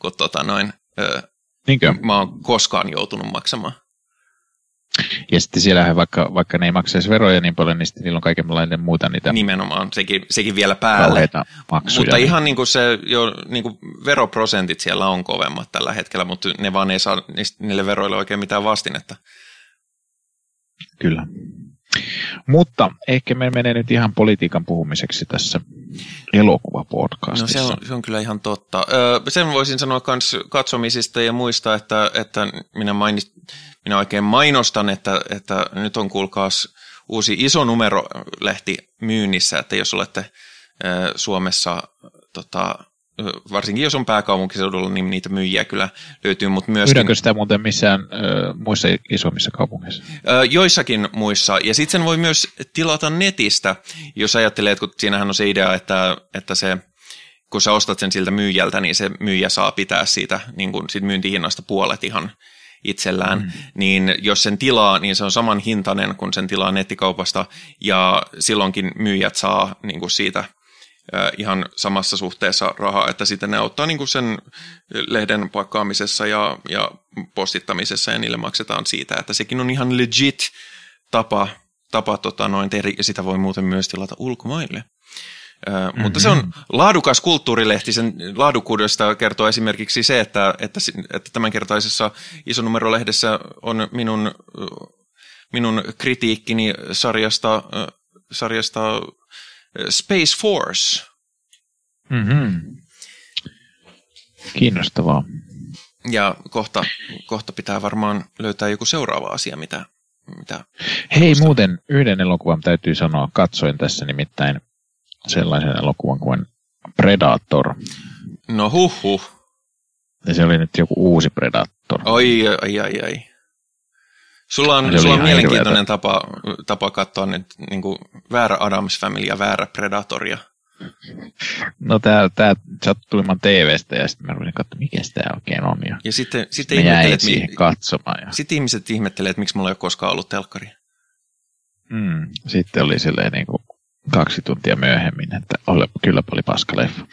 mä oon koskaan joutunut maksamaan. Ja sitten siellähän vaikka ne ei maksaisi veroja niin paljon, niin sitten niillä on kaikenlainen muuta niitä... Nimenomaan, sekin vielä päälle. Maksuja. Mutta ihan niin kuin se jo niin kuin veroprosentit siellä on kovemmat tällä hetkellä, mutta ne vaan ei saa niille veroille oikein mitään vastinetta. Kyllä. Mutta ehkä me menee nyt ihan politiikan puhumiseksi tässä elokuvapodcastissa. No se on kyllä ihan totta. Sen voisin sanoa myös katsomisista ja muista, että minä oikein mainostan, että nyt on kuulkaas uusi iso numerolehti myynnissä, että jos olette Suomessa, varsinkin jos on pääkaupunkiseudulla, niin niitä myyjiä kyllä löytyy, mutta myöskin... Myydäänkö sitä muuten missään muissa isommissa kaupungeissa? Joissakin muissa, ja sitten sen voi myös tilata netistä, jos ajattelee, että siinähän on se idea, että se, kun sä ostat sen siltä myyjältä, niin se myyjä saa pitää siitä, niin kuin siitä myyntihinnasta puolet ihan itsellään, niin jos sen tilaa, niin se on saman hintainen kuin sen tilaa nettikaupasta, ja silloinkin myyjät saa niin kuin siitä ihan samassa suhteessa rahaa, että sitten ne auttaa niin kuin sen lehden pakkaamisessa ja postittamisessa, ja niille maksetaan siitä, että sekin on ihan legit tapa tehdä, ja sitä voi muuten myös tilata ulkomaille. Mutta se on laadukas kulttuurilehti. Sen laadukkuudesta kertoo esimerkiksi se, että tämänkertaisessa isonumerolehdessä on minun kritiikkini sarjasta Space Force. Kiinnostavaa. Ja kohta pitää varmaan löytää joku seuraava asia, mitä Hei, muuten yhden elokuvan täytyy sanoa, katsoin tässä nimittäin sellaisen elokuvan kuin Predator. No huhhuh. Ja se oli nyt joku uusi Predator. Ai. Sulla on mielenkiintoinen tapa katsoa nyt niin kuin väärä Addams Family ja väärä Predatoria. No tää sattui tulemaan TV:stä ja sitten mä rupesin katsomaan, mikä tämä oikein on. Ja sitten jäin siihen katsomaan. Ja... Sitten ihmiset ihmettelee, että miksi mulla ei ole koskaan ollut telkkari. Sitten oli silleen niin kuin 2 tuntia myöhemmin, että kyllä oli paskaleffa.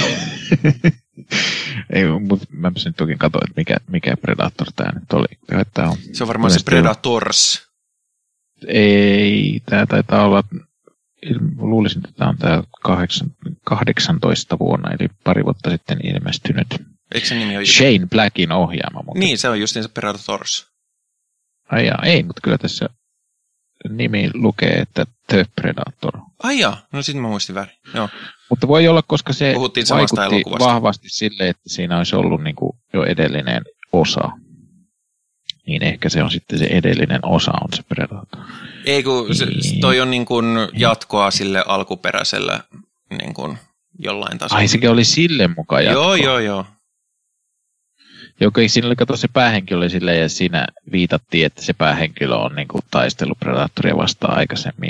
Ei, mutta mä nyt toki katsoin, että mikä Predator tämä nyt oli. Tämä on, se on varmaan se Predators. Ei, tämä taitaa olla, luulisin, että tämä on tämä 18 vuonna, eli pari vuotta sitten ilmestynyt. Eikö se nimi ole? Shane Blackin ohjaama. Mutta... Niin, se on justiinsa Predators. Ai jaa, ei, mutta kyllä tässä nimi lukee, että The Predator. Ai jaa, no sitten mä muistin väärin. Joo. Mutta voi olla, koska se puhuttiin vaikutti vahvasti silleen, että siinä olisi ollut niin kuin jo edellinen osa. Niin ehkä se on sitten se edellinen osa on se Predator. Ei kun toi on niin kuin jatkoa sille alkuperäiselle niin kuin jollain tasolla. Ai sekin oli sille mukaan jatkoa. Joo. Joka siinä oli, kato se päähenkilö silleen, ja siinä viitattiin, että se päähenkilö on niin kuin taistellut Predatoria vastaan aikaisemmin.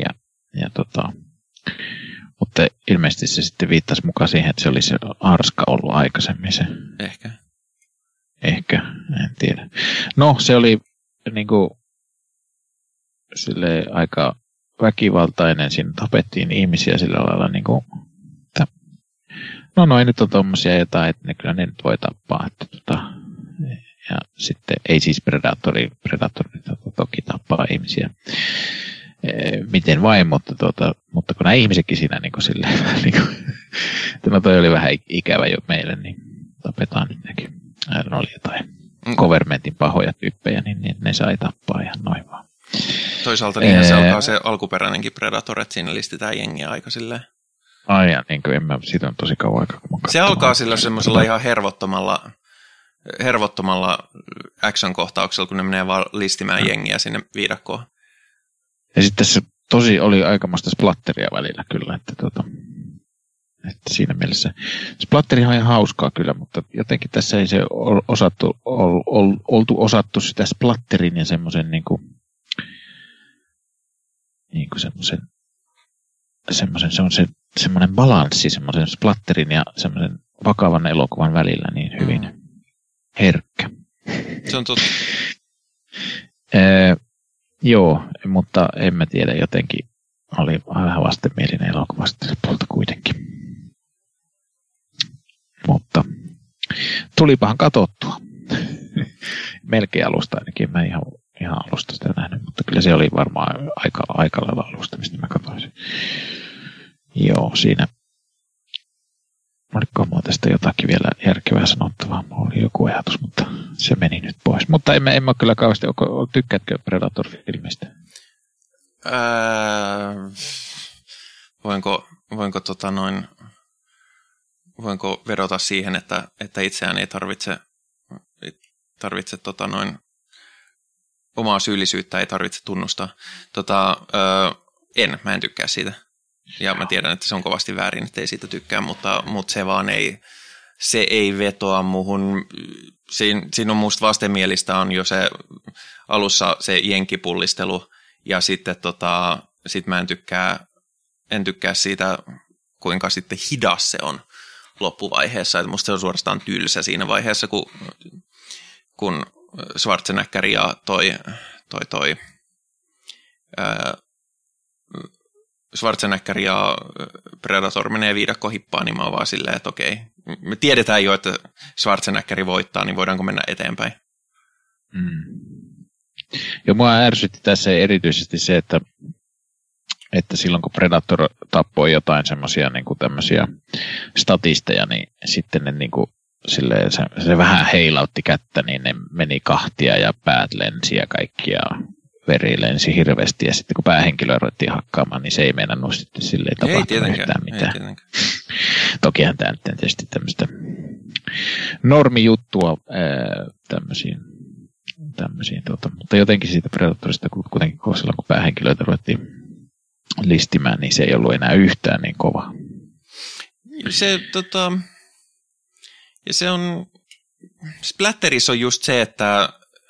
Mutta ilmeisesti se sitten viittasi mukaan siihen, että se oli se arska ollut aikaisemmin se. Ehkä, en tiedä. No, se oli niin kuin silleen aika väkivaltainen. Siinä tapettiin ihmisiä sillä lailla niin kuin, että no noin nyt on tommosia jotain, että ne, kyllä ne nyt voi tappaa. Että, ja sitten ei siis predatori toki tappaa ihmisiä. Miten vain, mutta kun nämä ihmisetkin siinä niin kuin silleen, niin kuin, että no toi oli vähän ikävä jo meille, niin tapetaan nyt nekin. Ne oli jotain governmentin pahoja tyyppejä, niin ne sai tappaa ihan noin vaan. Toisaalta niinhän se alkaa se alkuperäinenkin Predator, että siinä listitään jengiä aika silleen. Ai ja, niin kuin siitä on tosi kauan aikaa. Se alkaa sillä semmoisella ihan hervottomalla action-kohtauksella, kun ne menee vaan listimään jengiä sinne viidakkoon. Ja sitten tässä tosi oli aikamoista splatteria välillä kyllä, että siinä mielessä. Splatterihan on ihan hauskaa kyllä, mutta jotenkin tässä ei se oltu osattu sitä splatterin ja semmoisen niinku semmoinen balanssi semmoisen splatterin ja semmoisen vakavan elokuvan välillä niin hyvin herkkä. Se on totta. Joo, mutta en mä tiedä, jotenkin oli vähän vastenmielinen elokuva sitten puolta kuitenkin. Mutta tulipahan katsottua. Melkein alusta ainakin, mä ihan alusta sitä nähnyt, mutta kyllä se oli varmaan aika lailla alusta, mistä mä katsoisin. Joo, siinä oliko mua tästä jotakin vielä järkevää sanottavaa? Mulla oli joku ajatus, mutta se meni nyt pois. Mutta en mä ole kyllä kauheasti, tykkäätkö Predator-filmistä? Voinko vedota siihen, että itseään ei tarvitse omaa syyllisyyttä ei tarvitse tunnustaa. Mä en tykkää siitä. Ja mä tiedän, että se on kovasti väärin, että ei siitä tykkää, mutta se ei vetoa muhun. Siinä on musta vastenmielistä on jo se alussa se jenkipullistelu ja sitten sit mä en tykkää siitä, kuinka sitten hidas se on loppuvaiheessa. Että musta se on suorastaan tylsä siinä vaiheessa, kun Schwarzenegger ja Schwarzenegger ja Predator menee viidakkohippaan, niin mä oon vaan silleen, että okei, me tiedetään jo, että Schwarzenegger voittaa, niin voidaanko mennä eteenpäin? Ja mua ärsytti tässä erityisesti se, että silloin kun Predator tappoi jotain semmoisia niinku tämmöisiä statisteja, niin sitten ne niinku silleen, se vähän heilautti kättä, niin ne meni kahtia ja päät lensi ja kaikki ja veri lensi hirveästi. Ja sitten kun päähenkilöä ruvettiin hakkaamaan, niin se ei meinannut sitten silleen tapahtunut yhtään mitään. Tokihan tämä nyt tietysti tämmöistä normijuttua tämmöisiin mutta jotenkin siitä Predatorista kuitenkin silloin, kun päähenkilöitä ruvettiin listimään, niin se ei ollut enää yhtään niin kova. Se on Splatterissa on just se, että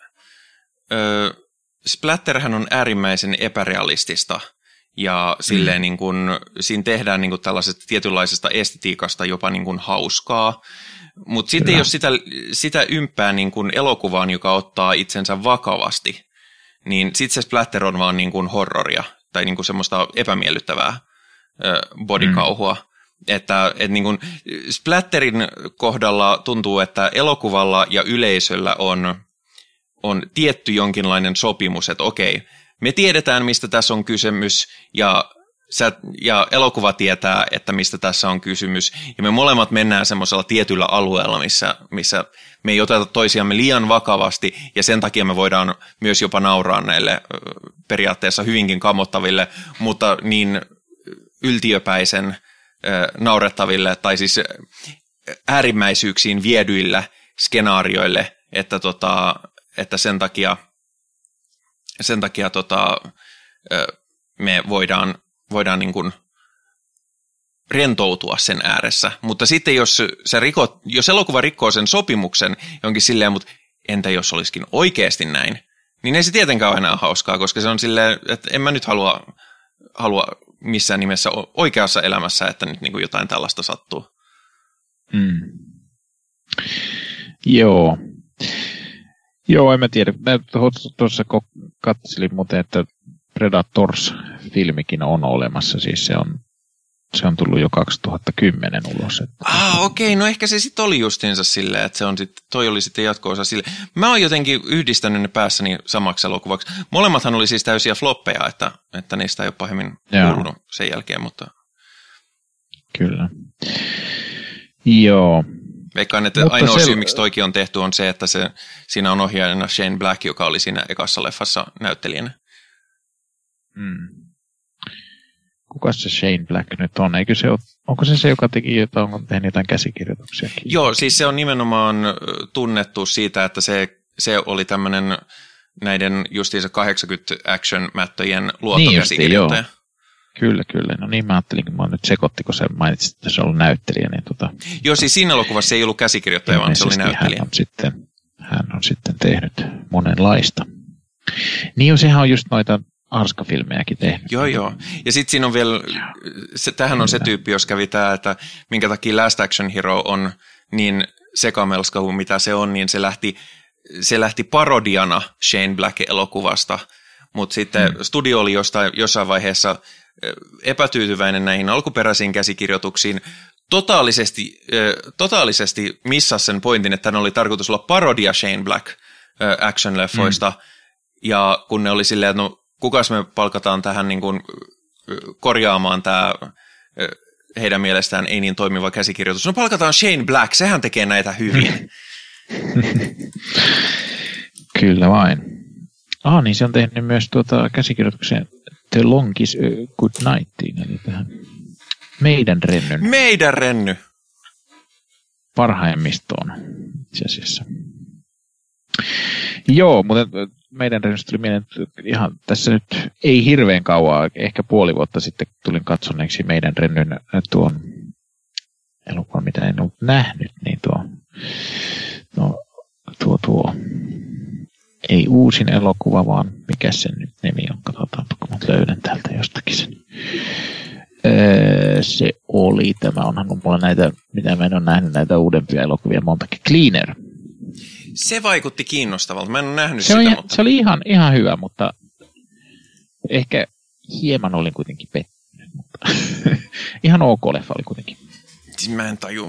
Splatterhän on äärimmäisen epärealistista ja silleen niin kun, siinä tehdään niin kun tällaisesta tietynlaisesta estetiikasta jopa niin kun hauskaa, mutta sitten jos sitä ympää niin kun elokuvaan, joka ottaa itsensä vakavasti, niin sitten se Splatter on vaan niin kun horroria tai niin kun semmoista epämiellyttävää bodykauhua. Että niin kun Splatterin kohdalla tuntuu, että elokuvalla ja yleisöllä on tietty jonkinlainen sopimus, että okei, me tiedetään, mistä tässä on kysymys, ja elokuva tietää, että mistä tässä on kysymys, ja me molemmat mennään semmoisella tietyllä alueella, missä me ei oteta toisiamme liian vakavasti, ja sen takia me voidaan myös jopa nauraa näille periaatteessa hyvinkin kammottaville, mutta niin yltiöpäisen naurettaville, tai siis äärimmäisyyksiin viedyillä skenaarioille, että sen takia me voidaan niin kuin rentoutua sen ääressä. Mutta sitten jos elokuva rikkoo sen sopimuksen jonkin silleen, mutta entä jos olisikin oikeasti näin, niin ei se tietenkään ole enää hauskaa, koska se on silleen, että en mä nyt halua missään nimessä oikeassa elämässä, että nyt niin kuin jotain tällaista sattuu. Joo, en mä tiedä. Mä tuossa katselin muuten, että Predators-filmikin on olemassa, siis se on tullut jo 2010 ulos. Okei, no ehkä se sitten oli justiinsa silleen, että toi oli sitten jatko-osa sille. Mä oon jotenkin yhdistänyt ne päässäni samaksi elokuvaksi. Molemmathan oli siis täysiä floppeja, että niistä ei ole pahemmin kuulunut sen jälkeen, mutta... Kyllä. Joo. Veikkaan, että ainoa syy, miksi toikin on tehty, on se, että siinä on ohjaajana Shane Black, joka oli siinä ekassa leffassa näyttelijänä. Kuka se Shane Black nyt on? Onko se, joka teki on tehnyt jotain käsikirjoituksia? Joo, siis se on nimenomaan tunnettu siitä, että se oli tämmöinen näiden justiinsa 80 action-mättöjen luottokäsikirjoittaja. Niin Kyllä. No niin mä ajattelin, kun mä nyt sekotti, kun sä mainitsit, että se on ollut näyttelijä. Niin Joo, siis siinä elokuvassa ei ollut käsikirjoittaja, vaan se oli näyttelijä. Hän on sitten tehnyt monenlaista. Niin sehän on just noita Arska-filmejäkin tehnyt. Joo. Ja sitten siinä on vielä, tämähän on se tyyppi, jos kävi tämä, että minkä takia Last Action Hero on niin sekamelska kuin mitä se on, niin se lähti parodiana Shane Black-elokuvasta, mutta sitten studio oli jossain vaiheessa epätyytyväinen näihin alkuperäisiin käsikirjoituksiin, totaalisesti missasi sen pointin, että ne oli tarkoitus olla parodia Shane Black action-leffoista, ja kun ne oli silleen, että no kukas me palkataan tähän niin kuin korjaamaan tämä heidän mielestään ei niin toimiva käsikirjoitus. No palkataan Shane Black, sehän tekee näitä hyvin. Kyllä vain. Niin se on tehnyt myös käsikirjoituksen The Longest Good Nightiin, eli tähän Meidän Renny. Parhaimmistoon itse asiassa. Joo, mutta Meidän Rennystä tuli mieleen, että ihan tässä nyt ei hirveän kauaa, ehkä puoli vuotta sitten tulin katsoneeksi Meidän Rennyn tuon elokuvan, mitä en ollut nähnyt, niin tuo ei uusin elokuva, vaan mikä sen nyt nimi on, katsotaanpa, kun mä löydän täältä jostakin sen. Se oli, tämä onhan mulla näitä, mitä mä en ole nähnyt näitä uudempia elokuvia montakin. Cleaner. Se vaikutti kiinnostavalta, mä en ole nähnyt Se oli ihan hyvä, mutta ehkä hieman olin kuitenkin pettynyt, mutta ihan ok leffa oli kuitenkin. Siis mä en tajua,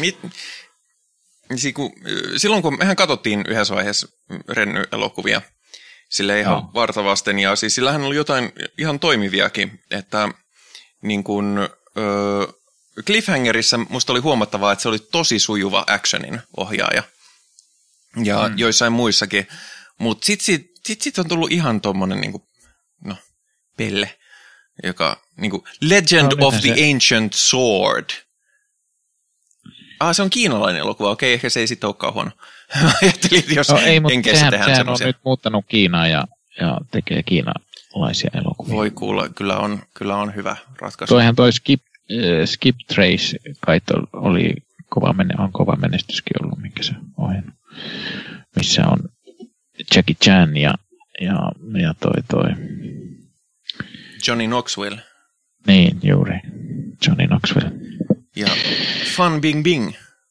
silloin kun mehän katsottiin yhdessä vaiheessa Renny-elokuvia silleen ihan vartavasten, ja siis sillähän oli jotain ihan toimiviakin, että niin kun, Cliffhangerissa musta oli huomattavaa, että se oli tosi sujuva actionin ohjaaja, ja joissain muissakin, mutta sit on tullut ihan tommonen niinku, pelle, joka niinku Legend of the Ancient Sword. Se on kiinalainen elokuva. Okei, ehkä se ei sitten olekaan huono. Ajattelin, jos Jenkeissä tehdään semmoisia. Sehän on nyt muuttanut Kiinaan ja tekee kiinalaisia elokuvia. Voi kuulla, kyllä on hyvä ratkaisu. Toihan Skip Trace kai oli kova menestyskin ollut, minkä se ohjannut. Missä on Jackie Chan ja toi. Johnny Knoxville. Niin, juuri. Johnny Knoxville. Ja Fan Bingbing.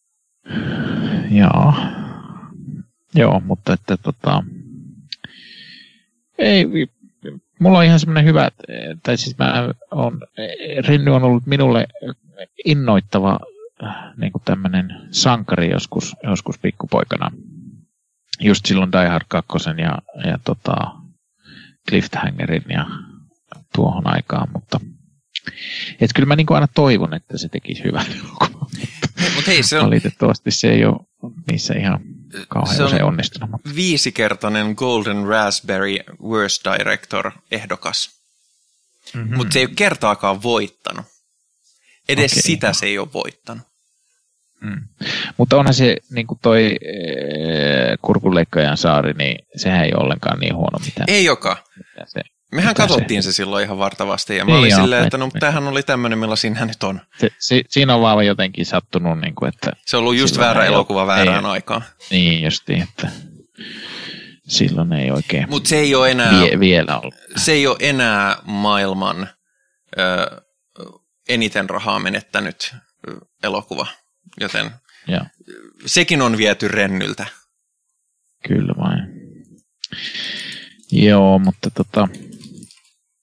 Joo, mutta että ei, mulla on ihan semmoinen hyvä, tai siis Renny on ollut minulle innoittava niin kuin tämmöinen sankari joskus pikkupoikana. Just silloin Die Hard 2 ja Cliffhangerin ja tuohon aikaan, mutta että kyllä mä niin kuin aina toivon, että se tekisi hyvän elokuvan. Valitettavasti se ei ole niissä ihan kauhean usein onnistunut. 5-kertainen Golden Raspberry Worst Director-ehdokas. Mm-hmm. Mutta se ei ole kertaakaan voittanut. Edes sitä se ei ole voittanut. Mutta onhan se, niin kuin toi Kurkunleikkajan saari, niin sehän ei ole ollenkaan niin huono mitään. Ei joka. Mehän katsottiin se silloin ihan vartavasti, ja mä olin silleen, että tämähän oli tämmöinen, millaisia nyt on. Siinä on vaan jotenkin sattunut, niin kuin, että... Se on ollut just väärä elokuva väärään aikaan. Niin justiin, että silloin ei oikein Mut se ei ole enää, vielä ollut. Se ei ole enää maailman eniten rahaa menettänyt elokuva, joten sekin on viety Rennyltä. Kyllä vain. Joo, mutta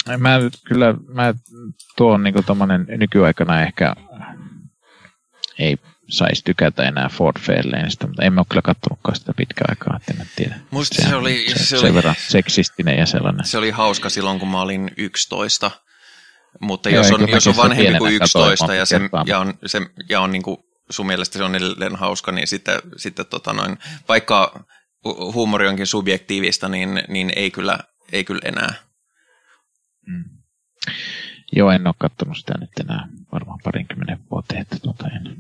Mä tuon niinku tommonen nykyaikana ehkä ei saisi tykätä enää Ford Fairlaneista, mutta en ole kyllä kattonutkaan sitä pitkään aikaa, että en tiedä. Musta se oli sen verran seksistinen ja sellainen. Se oli hauska silloin, kun mä olin 11. Mutta jos on vanhempi kuin 11 ja on niin kuin sun mielestä se on edelleen hauska, niin sitten vaikka huumori onkin subjektiivista, niin ei kyllä enää. Mm. Joo, en ole katsonut sitä nyt enää varmaan 20 vuoteen, että en.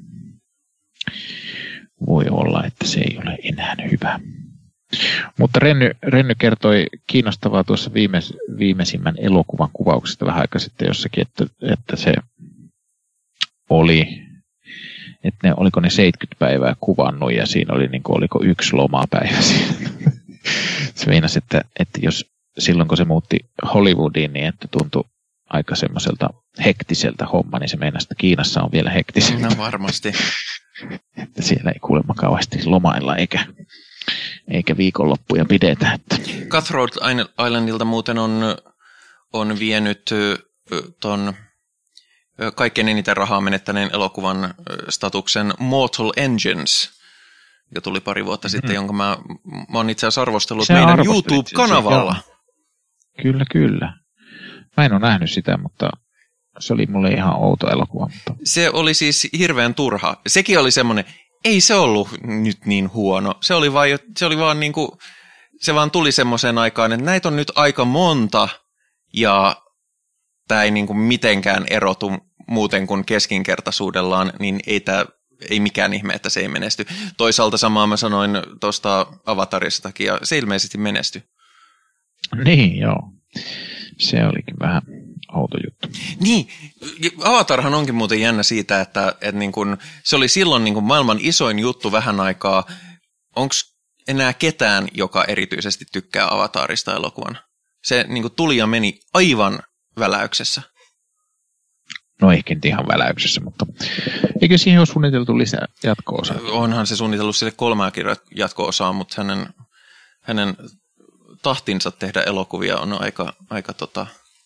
Voi olla, että se ei ole enää hyvä. Mutta Renny kertoi kiinnostavaa tuossa viimeisimmän elokuvan kuvauksesta vähän aikaa sitten jossakin, että se oli, että oliko ne 70 päivää kuvannut ja siinä oli oliko yksi lomapäivä siinä. Se meinasi, että jos silloin kun se muutti Hollywoodiin, niin että tuntui aika semmoiselta hektiseltä homma, niin se meinasi, että Kiinassa on vielä hektiseltä. No varmasti. Että siellä ei kuulemma kauheasti lomailla eikä viikonloppuja pidetä. Että. Cutthroat Islandilta muuten on vienyt ton kaikkein eniten rahaa menettäneen elokuvan statuksen Mortal Engines, joka tuli pari vuotta sitten, jonka mä oon itse asiassa arvostellut meidän YouTube-kanavalla. Kyllä. Mä en ole nähnyt sitä, mutta se oli mulle ihan outo elokuva. Mutta. Se oli siis hirveän turha. Sekin oli semmoinen, ei se ollut nyt niin huono. Se oli vaan niin kuin, se vaan tuli semmoiseen aikaan, että näitä on nyt aika monta ja tämä ei niin kuin mitenkään erotu muuten kuin keskinkertaisuudellaan, niin ei mikään ihme, että se ei menesty. Toisaalta samaa mä sanoin tuosta Avataristakin ja se ilmeisesti menestyi. Niin, joo. Se olikin vähän outo juttu. Niin, Avatarhan onkin muuten jännä siitä, että niin kun, se oli silloin niin kun maailman isoin juttu vähän aikaa. Onko enää ketään, joka erityisesti tykkää Avatarista elokuvan? Se niin kun tuli ja meni aivan väläyksessä. No ehkä nyt ihan väläyksessä, mutta eikö siihen ole suunniteltu lisää jatko-osaa? Onhan se suunnitellut sille 3 jatko-osaa, mutta hänen tahtinsa tehdä elokuvia on aika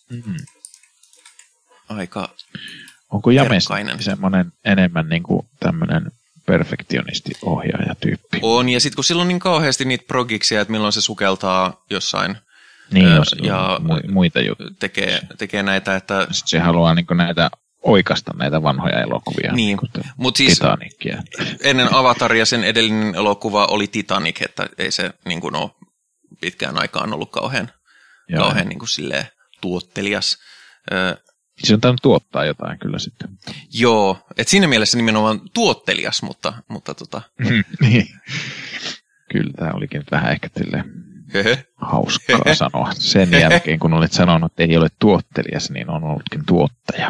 onko James semmoinen enemmän niin kuin tämmöinen perfektionisti-ohjaaja-tyyppi? On, ja sitten kun sillä on niin kauheasti niitä progiksia, että milloin se sukeltaa jossain niin, ja muita juttuja. Tekee näitä, että sitten se haluaa niin kuin näitä oikasta näitä vanhoja elokuvia. Niin, mutta siis Titanicia. Ennen Avataria sen edellinen elokuva oli Titanic, että ei se niin kuin ole pitkään aikaan ollut kauhean niin kuin silleen tuottelias. Se on tainnut tuottaa jotain kyllä sitten. Joo, että siinä mielessä nimenomaan tuottelias, mutta niin. Kyllä tämä olikin vähän ehkä hauskaa sanoa. Sen jälkeen, kun olet sanonut, että ei ole tuottelias, niin on ollutkin tuottaja.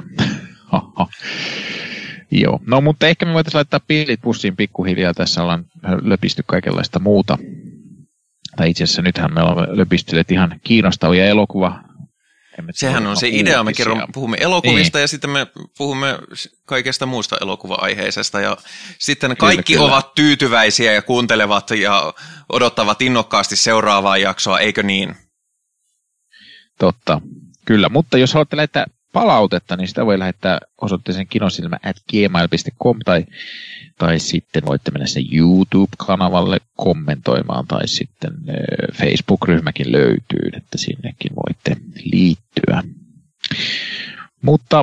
Joo, no mutta ehkä me voitaisiin laittaa pillit pussiin pikkuhiljaa. Tässä ollaan löpisty kaikenlaista muuta. Tai itse asiassa nythän me olemme löpistelleet ihan kiinnostavia elokuva. Sehän on se idea, me puhumme elokuvista ja sitten me puhumme kaikesta muusta elokuva-aiheisesta ja sitten kaikki ovat tyytyväisiä ja kuuntelevat ja odottavat innokkaasti seuraavaa jaksoa, eikö niin? Totta, kyllä, mutta jos haluatte lähettää palautetta, niin sitä voi lähettää osoitteeseen kinosilmä@gmail.com tai sitten voitte mennä sen YouTube-kanavalle kommentoimaan tai sitten Facebook-ryhmäkin löytyy, että sinnekin voitte liittyä. Mutta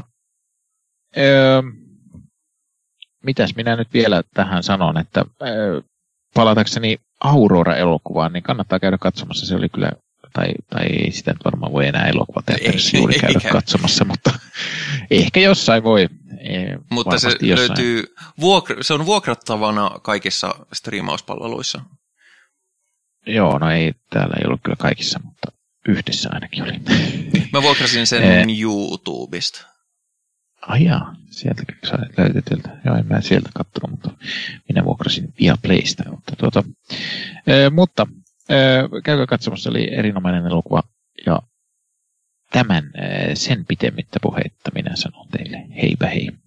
mitäs minä nyt vielä tähän sanon, että palatakseni Aurora-elokuvaan, niin kannattaa käydä katsomassa. Se oli kyllä, tai ei sitä nyt varmaan voi enää elokuvateatterissa juuri käydä katsomassa, mutta ehkä jossain voi. Mutta se löytyy, se on vuokrattavana kaikissa striimauspalveluissa. Joo, no ei, täällä ei ollut kyllä kaikissa, mutta yhdessä ainakin oli. Mä vuokrasin sen YouTubesta. Ai jaa, sieltä löytetyltä. Joo, en mä sieltä katsonut, mutta minä vuokrasin Viaplaysta. Mutta käykää katsomassa, oli erinomainen elokuva ja tämän sen pitemmittä puheitta minä sanon teille heipä hei.